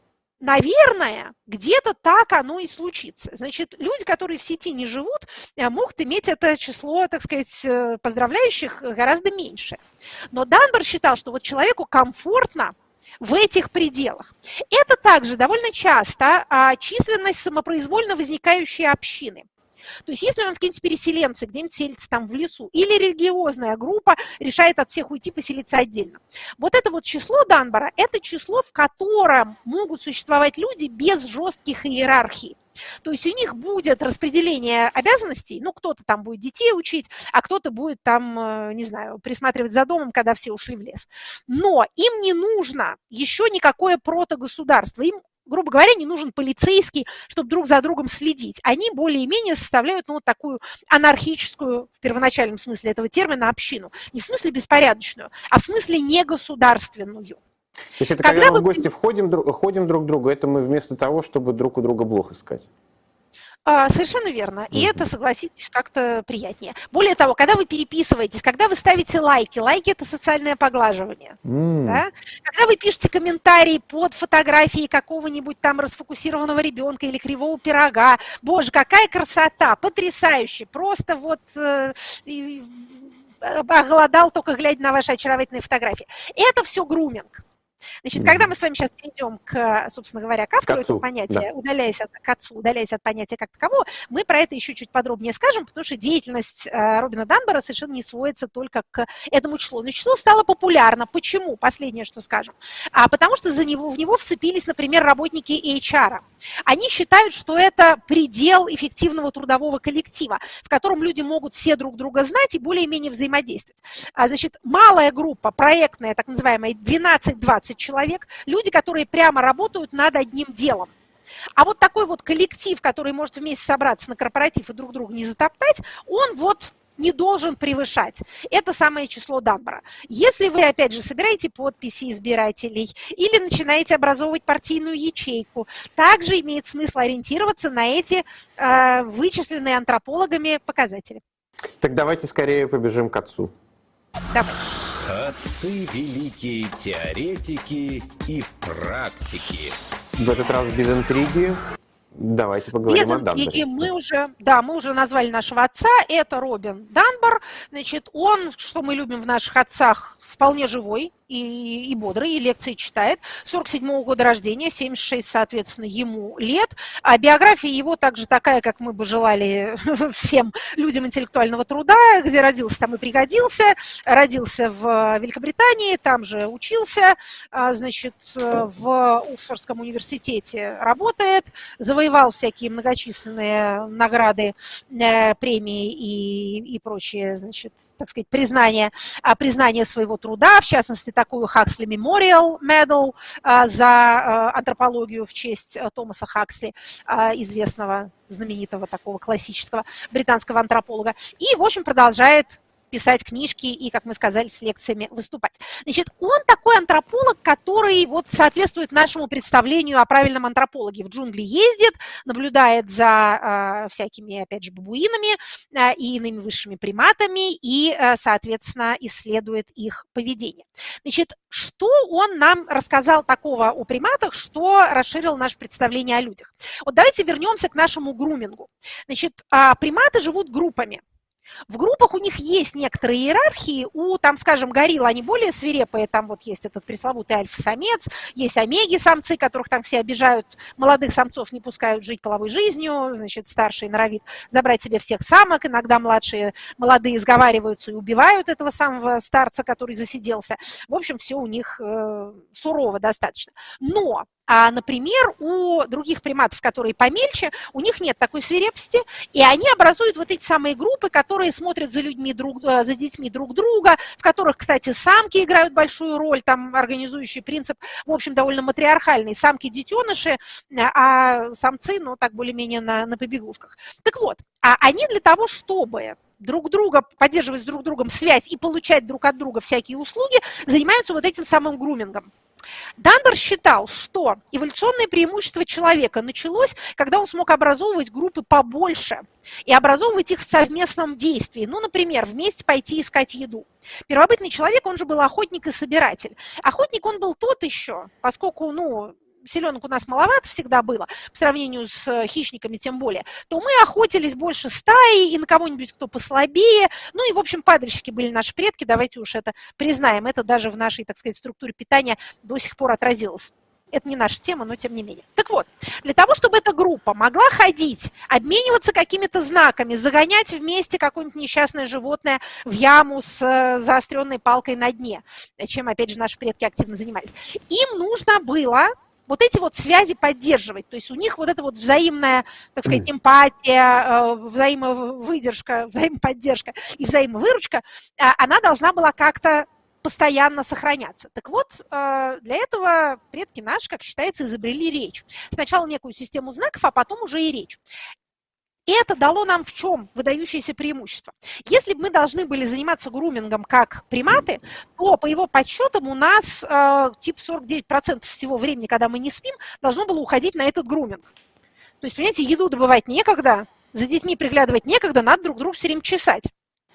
наверное, где-то так оно и случится. Значит, люди, которые в сети не живут, могут иметь это число, так сказать, поздравляющих гораздо меньше. Но Данбар считал, что вот человеку комфортно в этих пределах. Это также довольно часто а, численность самопроизвольно возникающей общины. То есть если у нас какие-нибудь переселенцы где-нибудь селятся там в лесу, или религиозная группа решает от всех уйти, поселиться отдельно. Вот это вот число Данбара, это число, в котором могут существовать люди без жестких иерархий. То есть у них будет распределение обязанностей, ну, кто-то там будет детей учить, а кто-то будет там, не знаю, присматривать за домом, когда все ушли в лес. Но им не нужно еще никакое протогосударство, им, грубо говоря, не нужен полицейский, чтобы друг за другом следить. Они более-менее составляют, ну, вот такую анархическую, в первоначальном смысле этого термина, общину. Не в смысле беспорядочную, а в смысле негосударственную. То есть это когда, когда мы в гости входим, ходим друг к другу, это мы вместо того, чтобы друг у друга блох искать? А, совершенно верно. И mm-hmm. это, согласитесь, как-то приятнее. Более того, когда вы переписываетесь, когда вы ставите лайки, лайки – это социальное поглаживание. Mm. Да? Когда вы пишете комментарии под фотографией какого-нибудь там расфокусированного ребенка или кривого пирога, боже, какая красота, потрясающе, просто вот э, э, оголодал, только глядя на ваши очаровательные фотографии. Это все груминг. Значит, mm-hmm. когда мы с вами сейчас перейдем к, собственно говоря, к автору этого понятия, да. удаляясь от, к отцу, удаляясь от понятия как такового, мы про это еще чуть подробнее скажем, потому что деятельность э, Робина Данбара совершенно не сводится только к этому числу. Но число стало популярно. Почему? Последнее, что скажем. А потому что за него, в него вцепились, например, работники эйч ар. Они считают, что это предел эффективного трудового коллектива, в котором люди могут все друг друга знать и более-менее взаимодействовать. А, значит, малая группа, проектная, так называемая, двенадцать-двадцать человек, люди, которые прямо работают над одним делом. А вот такой вот коллектив, который может вместе собраться на корпоратив и друг друга не затоптать, он вот не должен превышать. Это самое число Данбара. Если вы, опять же, собираете подписи избирателей или начинаете образовывать партийную ячейку, также имеет смысл ориентироваться на эти э, вычисленные антропологами показатели. Так давайте скорее побежим к отцу. Давайте. Отцы великие теоретики и практики. В этот раз без интриги. Давайте поговорим Без о Данбаре. интриги мы уже, да, мы уже назвали нашего отца. Это Робин Данбар. Значит, он, что мы любим в наших отцах, вполне живой и, и бодрый, и лекции читает. сорок седьмого года рождения, семьдесят шесть, соответственно, ему лет. А биография его также такая, как мы бы желали всем людям интеллектуального труда, где родился, там и пригодился. Родился в Великобритании, там же учился, значит, в Оксфордском университете работает, завоевал всякие многочисленные награды, премии и, и прочие, значит, так сказать, признания, признания своего труда, в частности, такую Huxley Memorial Medal а, за а, антропологию в честь а, Томаса Хаксли, а, известного, знаменитого такого классического британского антрополога. И, в общем, продолжает писать книжки и, как мы сказали, с лекциями выступать. Значит, он такой антрополог, который вот соответствует нашему представлению о правильном антропологе. В джунгли ездит, наблюдает за э, всякими, опять же, бабуинами э, и иными высшими приматами и, э, соответственно, исследует их поведение. Значит, что он нам рассказал такого о приматах, что расширил наше представление о людях? Вот давайте вернемся к нашему грумингу. Значит, э, приматы живут группами. В группах у них есть некоторые иерархии, у, там, скажем, горилл, они более свирепые, там вот есть этот пресловутый альфа-самец, есть омеги-самцы, которых там все обижают, молодых самцов не пускают жить половой жизнью, значит, старший норовит забрать себе всех самок, иногда младшие, молодые сговариваются и убивают этого самого старца, который засиделся. В общем, все у них э, сурово достаточно. Но А, например, у других приматов, которые помельче, у них нет такой свирепости, и они образуют вот эти самые группы, которые смотрят за людьми, друг, за детьми друг друга, в которых, кстати, самки играют большую роль, там организующий принцип, в общем, довольно матриархальный. Самки-детеныши, а самцы, ну, так более-менее на, на побегушках. Так вот, а они для того, чтобы друг друга, поддерживать друг с другом связь и получать друг от друга всякие услуги, занимаются вот этим самым грумингом. Данбар считал, что эволюционное преимущество человека началось, когда он смог образовывать группы побольше и образовывать их в совместном действии. Ну, например, вместе пойти искать еду. Первобытный человек, он же был охотник и собиратель. Охотник он был тот еще, поскольку, ну, селенок у нас маловато всегда было, по сравнению с хищниками тем более, то мы охотились больше стаей и на кого-нибудь, кто послабее. Ну и, в общем, падальщики были наши предки, давайте уж это признаем. Это даже в нашей, так сказать, структуре питания до сих пор отразилось. Это не наша тема, но тем не менее. Так вот, для того, чтобы эта группа могла ходить, обмениваться какими-то знаками, загонять вместе какое-нибудь несчастное животное в яму с заостренной палкой на дне, чем, опять же, наши предки активно занимались, им нужно было вот эти вот связи поддерживать. То есть у них вот эта вот взаимная, так сказать, эмпатия, взаимовыдержка, взаимоподдержка и взаимовыручка, она должна была как-то постоянно сохраняться. Так вот, для этого предки наши, как считается, изобрели речь. Сначала некую систему знаков, а потом уже и речь. И это дало нам в чем выдающееся преимущество? Если бы мы должны были заниматься грумингом как приматы, то по его подсчетам у нас э, типа сорок девять процентов всего времени, когда мы не спим, должно было уходить на этот груминг. То есть, понимаете, еду добывать некогда, за детьми приглядывать некогда, надо друг друга все время чесать.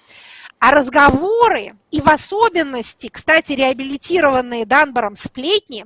А разговоры, и в особенности, кстати, реабилитированные Данбором сплетни,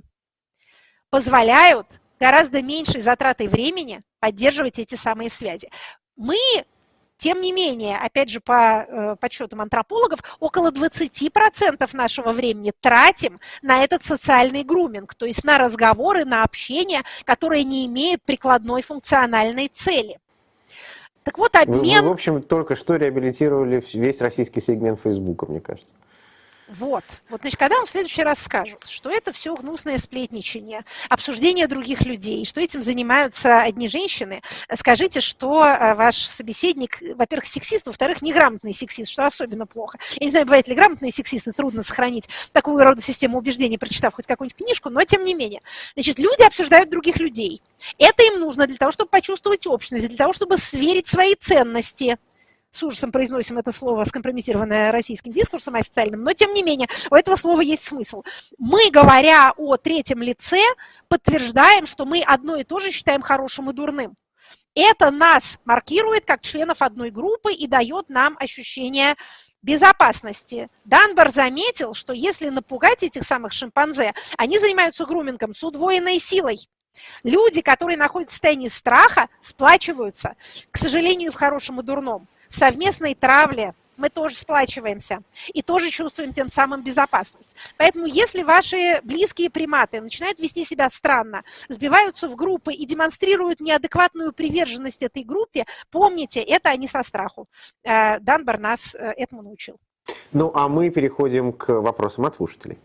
позволяют гораздо меньшей затратой времени поддерживать эти самые связи. Мы, тем не менее, опять же, по э, подсчетам антропологов, около двадцать процентов нашего времени тратим на этот социальный груминг, то есть на разговоры, на общение, которое не имеет прикладной функциональной цели. Так вот, обмен... Вы, вы, в общем, только что реабилитировали весь российский сегмент Фейсбука, мне кажется. Вот. Вот, значит, когда вам в следующий раз скажут, что это все гнусное сплетничание, обсуждение других людей, что этим занимаются одни женщины, скажите, что ваш собеседник, во-первых, сексист, во-вторых, неграмотный сексист, что особенно плохо. Я не знаю, бывают ли грамотные сексисты, трудно сохранить такую рода систему убеждений, прочитав хоть какую-нибудь книжку, но тем не менее. Значит, люди обсуждают других людей. Это им нужно для того, чтобы почувствовать общность, для того, чтобы сверить свои ценности. С ужасом произносим это слово, скомпрометированное российским дискурсом официальным, но тем не менее у этого слова есть смысл. Мы, говоря о третьем лице, подтверждаем, что мы одно и то же считаем хорошим и дурным. Это нас маркирует как членов одной группы и дает нам ощущение безопасности. Данбор заметил, что если напугать этих самых шимпанзе, они занимаются грумингом с удвоенной силой. Люди, которые находятся в состоянии страха, сплачиваются, к сожалению, в хорошем и дурном. В совместной травле мы тоже сплачиваемся и тоже чувствуем тем самым безопасность. Поэтому если ваши близкие приматы начинают вести себя странно, сбиваются в группы и демонстрируют неадекватную приверженность этой группе, помните, это они со страху. Данбор нас этому научил. Ну, а мы переходим к вопросам от слушателей.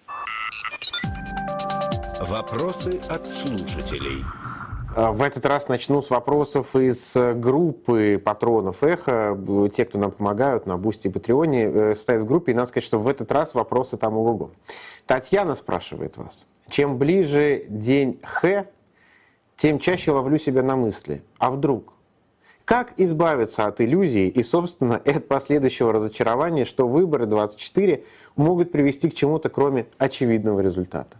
Вопросы от слушателей. В этот раз начну с вопросов из группы патронов «Эхо». Те, кто нам помогают на Бусти и Патреоне, стоят в группе. И надо сказать, что в этот раз вопросы там ого-го. Татьяна спрашивает вас. Чем ближе день Х, тем чаще ловлю себя на мысли. А вдруг? Как избавиться от иллюзии и, собственно, от последующего разочарования, что выборы двадцать четыре могут привести к чему-то, кроме очевидного результата?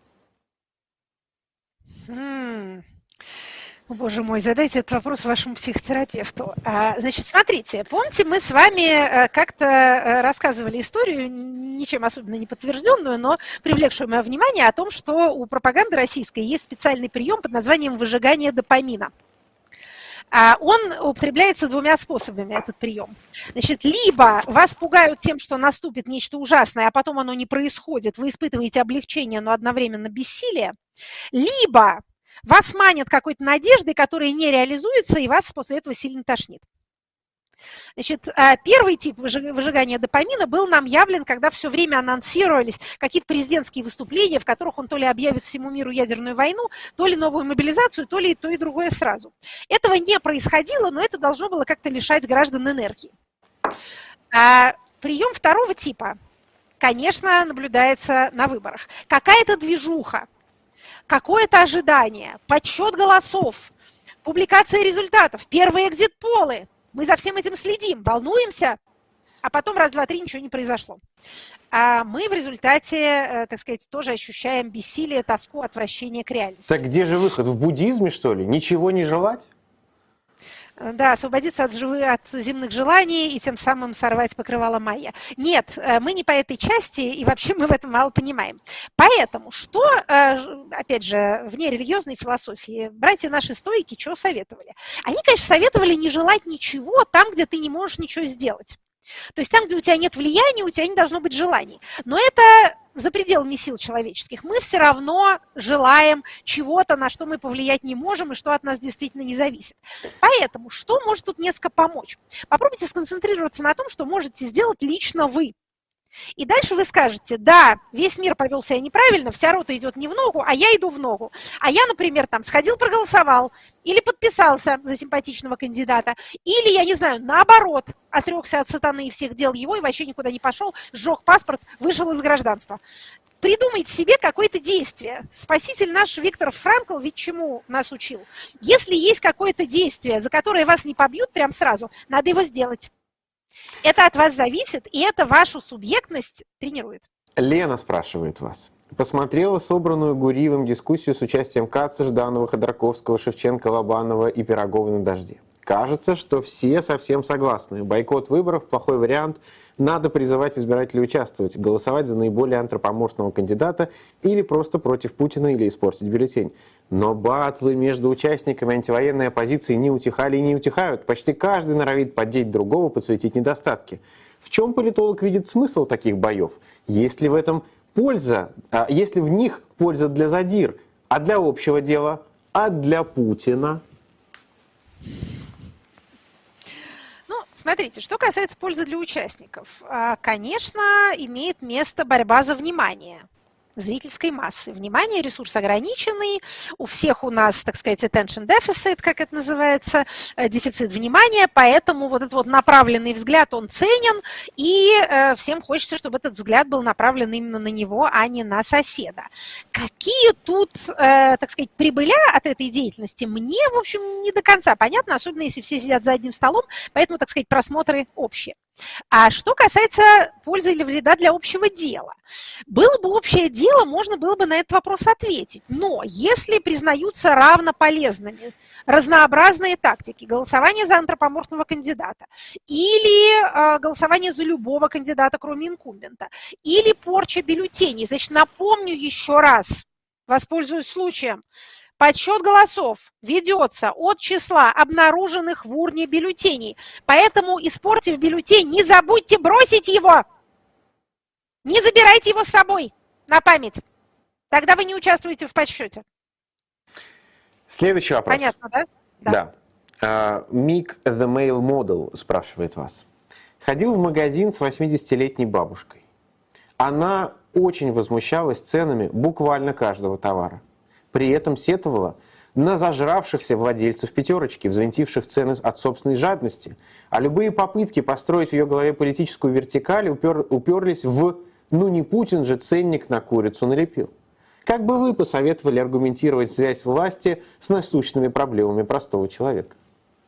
Боже мой, задайте этот вопрос вашему психотерапевту. Значит, смотрите, помните, мы с вами как-то рассказывали историю, ничем особенно не подтвержденную, но привлекшую мое внимание о том, что у пропаганды российской есть специальный прием под названием выжигание допамина. Он употребляется двумя способами, этот прием. Значит, либо вас пугают тем, что наступит нечто ужасное, а потом оно не происходит, вы испытываете облегчение, но одновременно бессилие, либо вас манят какой-то надеждой, которая не реализуется, и вас после этого сильно тошнит. Значит, первый тип выжигания допамина был нам явлен, когда все время анонсировались какие-то президентские выступления, в которых он то ли объявит всему миру ядерную войну, то ли новую мобилизацию, то ли и то, и другое сразу. Этого не происходило, но это должно было как-то лишать граждан энергии. А прием второго типа, конечно, наблюдается на выборах. Какая-то движуха, какое-то ожидание, подсчет голосов, публикация результатов, первые экзит-полы. Мы за всем этим следим, волнуемся, а потом раз, два, три ничего не произошло. А мы в результате, так сказать, тоже ощущаем бессилие, тоску, отвращение к реальности. Так где же выход? В буддизме, что ли? Ничего не желать? Да, освободиться от, живы, от земных желаний и тем самым сорвать покрывало майя. Нет, мы не по этой части, и вообще мы в этом мало понимаем. Поэтому, что, опять же, вне религиозной философии, братья наши стоики что советовали? Они, конечно, советовали не желать ничего там, где ты не можешь ничего сделать. То есть там, где у тебя нет влияния, у тебя не должно быть желаний. Но это за пределами сил человеческих. Мы все равно желаем чего-то, на что мы повлиять не можем и что от нас действительно не зависит. Поэтому что может тут несколько помочь? Попробуйте сконцентрироваться на том, что можете сделать лично вы. И дальше вы скажете, да, весь мир повел себя неправильно, вся рота идет не в ногу, а я иду в ногу. А я, например, там сходил, проголосовал, или подписался за симпатичного кандидата, или, я не знаю, наоборот, отрекся от сатаны и всех дел его и вообще никуда не пошел, сжег паспорт, вышел из гражданства. Придумайте себе какое-то действие. Спаситель наш Виктор Франкл ведь чему нас учил? Если есть какое-то действие, за которое вас не побьют прям сразу, надо его сделать. Это от вас зависит, и это вашу субъектность тренирует. Лена спрашивает вас. Посмотрела собранную Гуриевым дискуссию с участием Каца, Жданова, Ходорковского, Шевченко, Лобанова и Пирогова на «Дожде». Кажется, что все совсем согласны. Бойкот выборов – плохой вариант. Надо призывать избирателей участвовать, голосовать за наиболее антропоморфного кандидата или просто против Путина или испортить бюллетень. Но батлы между участниками антивоенной оппозиции не утихали и не утихают. Почти каждый норовит поддеть другого, подсветить недостатки. В чем политолог видит смысл таких боев? Есть ли в этом польза? А есть ли в них польза для задир? А для общего дела? А для Путина? Смотрите, что касается пользы для участников. Конечно, имеет место борьба за внимание зрительской массы. Внимание, ресурс ограниченный, у всех у нас, так сказать, attention deficit, как это называется, дефицит внимания, поэтому вот этот вот направленный взгляд, он ценен, и э, всем хочется, чтобы этот взгляд был направлен именно на него, а не на соседа. Какие тут, э, так сказать, прибыля от этой деятельности, мне, в общем, не до конца понятно, особенно если все сидят за одним столом, поэтому, так сказать, просмотры общие. А что касается пользы или вреда для общего дела. Было бы общее дело, можно было бы на этот вопрос ответить. Но если признаются равнополезными разнообразные тактики, голосование за антропоморфного кандидата, или э, голосование за любого кандидата, кроме инкумбента, или порча бюллетеней, значит, напомню еще раз, воспользуюсь случаем, подсчет голосов ведется от числа обнаруженных в урне бюллетеней. Поэтому, испортив бюллетень, не забудьте бросить его. Не забирайте его с собой на память. Тогда вы не участвуете в подсчете. Следующий вопрос. Понятно, да? Да. да. Мик uh, the Male Model спрашивает вас. Ходил в магазин с восьмидесятилетней бабушкой. Она очень возмущалась ценами буквально каждого товара. При этом сетовала на зажравшихся владельцев пятерочки, взвинтивших цены от собственной жадности. А любые попытки построить в ее голове политическую вертикаль упер, уперлись в «ну не Путин же ценник на курицу налепил». Как бы вы посоветовали аргументировать связь власти с насущными проблемами простого человека?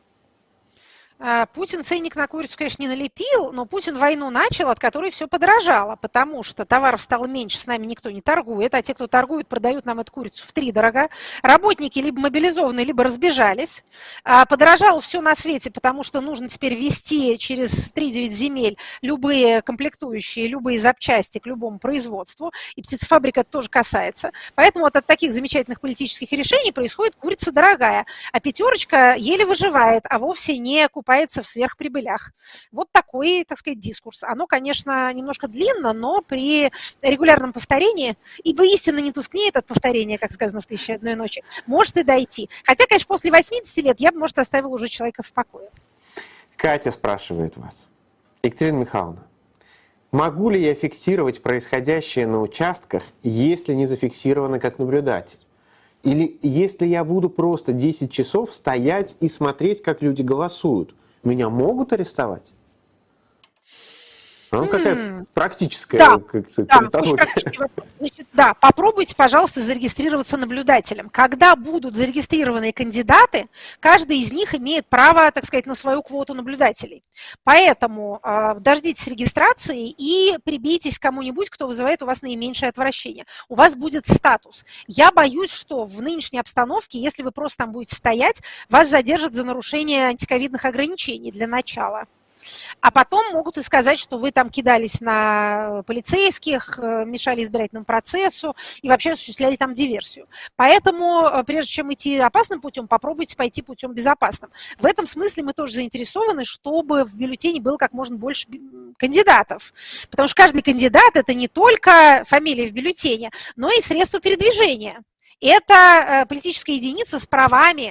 Путин ценник на курицу, конечно, не налепил, но Путин войну начал, от которой все подорожало, потому что товаров стало меньше, с нами никто не торгует, а те, кто торгует, продают нам эту курицу втридорога. Работники либо мобилизованы, либо разбежались. Подорожало все на свете, потому что нужно теперь везти через три-девять земель любые комплектующие, любые запчасти к любому производству, и птицефабрика это тоже касается. Поэтому вот от таких замечательных политических решений происходит курица дорогая, а пятерочка еле выживает, а вовсе не купается в сверхприбылях. Вот такой, так сказать, дискурс. Оно, конечно, немножко длинно, но при регулярном повторении, ибо истина не тускнеет от повторения, как сказано в «Тысяче и одной ночи», может и дойти. Хотя, конечно, после восьмидесяти лет я бы, может, оставила уже человека в покое. Катя спрашивает вас. Екатерина Михайловна, могу ли я фиксировать происходящее на участках, если не зафиксировано как наблюдатель? Или если я буду просто десять часов стоять и смотреть, как люди голосуют, меня могут арестовать? Ну, какая практическая да, политология. Да, Значит, да, попробуйте, пожалуйста, зарегистрироваться наблюдателем. Когда будут зарегистрированы кандидаты, каждый из них имеет право, так сказать, на свою квоту наблюдателей. Поэтому э, дождитесь регистрации и прибейтесь к кому-нибудь, кто вызывает у вас наименьшее отвращение. У вас будет статус. Я боюсь, что в нынешней обстановке, если вы просто там будете стоять, вас задержат за нарушение антиковидных ограничений для начала. А потом могут и сказать, что вы там кидались на полицейских, мешали избирательному процессу и вообще осуществляли там диверсию. Поэтому, прежде чем идти опасным путем, попробуйте пойти путем безопасным. В этом смысле мы тоже заинтересованы, чтобы в бюллетене было как можно больше кандидатов. Потому что каждый кандидат – это не только фамилия в бюллетене, но и средство передвижения. Это политическая единица с правами.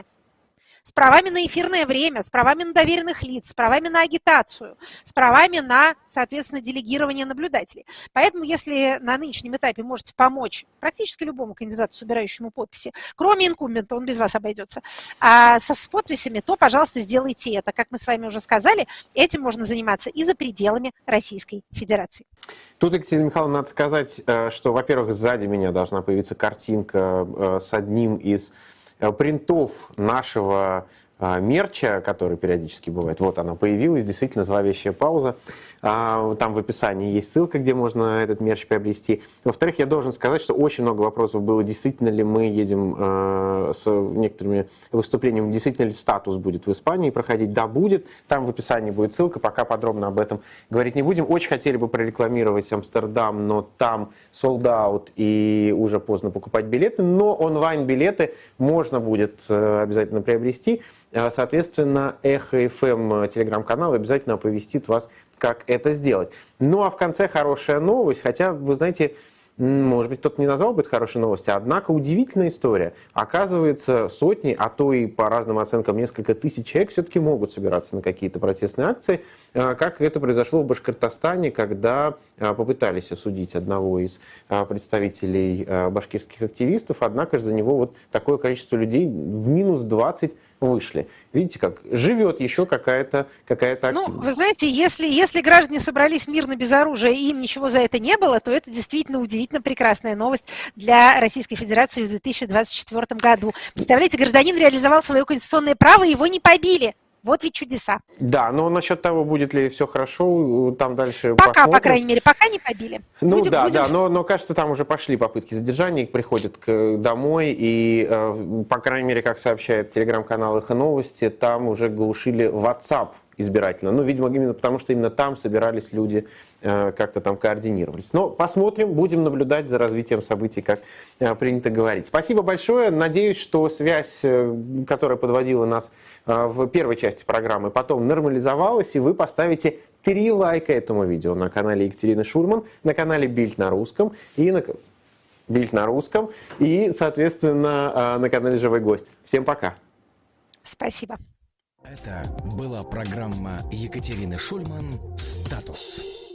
С правами на эфирное время, с правами на доверенных лиц, с правами на агитацию, с правами на, соответственно, делегирование наблюдателей. Поэтому, если на нынешнем этапе можете помочь практически любому кандидату, собирающему подписи, кроме инкумбента, он без вас обойдется, а со, с подписями, то, пожалуйста, сделайте это. Как мы с вами уже сказали, этим можно заниматься и за пределами Российской Федерации. Тут, Екатерина Михайловна, надо сказать, что, во-первых, сзади меня должна появиться картинка с одним из принтов нашего мерча, который периодически бывает. Вот она появилась, действительно зловещая пауза. Там в описании есть ссылка, где можно этот мерч приобрести. Во-вторых, я должен сказать, что очень много вопросов было, действительно ли мы едем э, с некоторыми выступлениями, действительно ли статус будет в Испании проходить. Да, будет. Там в описании будет ссылка, пока подробно об этом говорить не будем. Очень хотели бы прорекламировать Амстердам, но там sold out и уже поздно покупать билеты, но онлайн-билеты можно будет э, обязательно приобрести. Соответственно, Эхо эф эм телеграм-канал обязательно оповестит вас, как это сделать. Ну а в конце хорошая новость, хотя, вы знаете, может быть, кто-то не назвал бы это хорошей новостью, однако удивительная история. Оказывается, сотни, а то и по разным оценкам несколько тысяч человек все-таки могут собираться на какие-то протестные акции, как это произошло в Башкортостане, когда попытались осудить одного из представителей башкирских активистов, однако же за него вот такое количество людей в минус двадцать вышли. Видите, как живет еще какая-то какая-то активность. Ну, вы знаете, если, если граждане собрались мирно без оружия и им ничего за это не было, то это действительно удивительно прекрасная новость для Российской Федерации в две тысячи двадцать четвёртом году. Представляете, гражданин реализовал свое конституционное право, его не побили. Вот ведь чудеса. Да, но насчет того, будет ли все хорошо, там дальше Пока, посмотрим. по крайней мере, пока не побили. Ну будем, да, будем... да, но, но кажется, там уже пошли попытки задержания, приходят к, домой, и, э, по крайней мере, как сообщает телеграм-канал «Эхо Новости», там уже глушили WhatsApp избирательно. Ну, видимо, именно потому, что именно там собирались люди, э, как-то там координировались. Но посмотрим, будем наблюдать за развитием событий, как э, принято говорить. Спасибо большое. Надеюсь, что связь, э, которая подводила нас э, в первой части программы, потом нормализовалась, и вы поставите три лайка этому видео на канале Екатерины Шульман, на канале Бильд на русском и на Бильд на русском и, соответственно, э, на канале Живой гость. Всем пока. Спасибо. Это была программа Екатерины Шульман «Статус».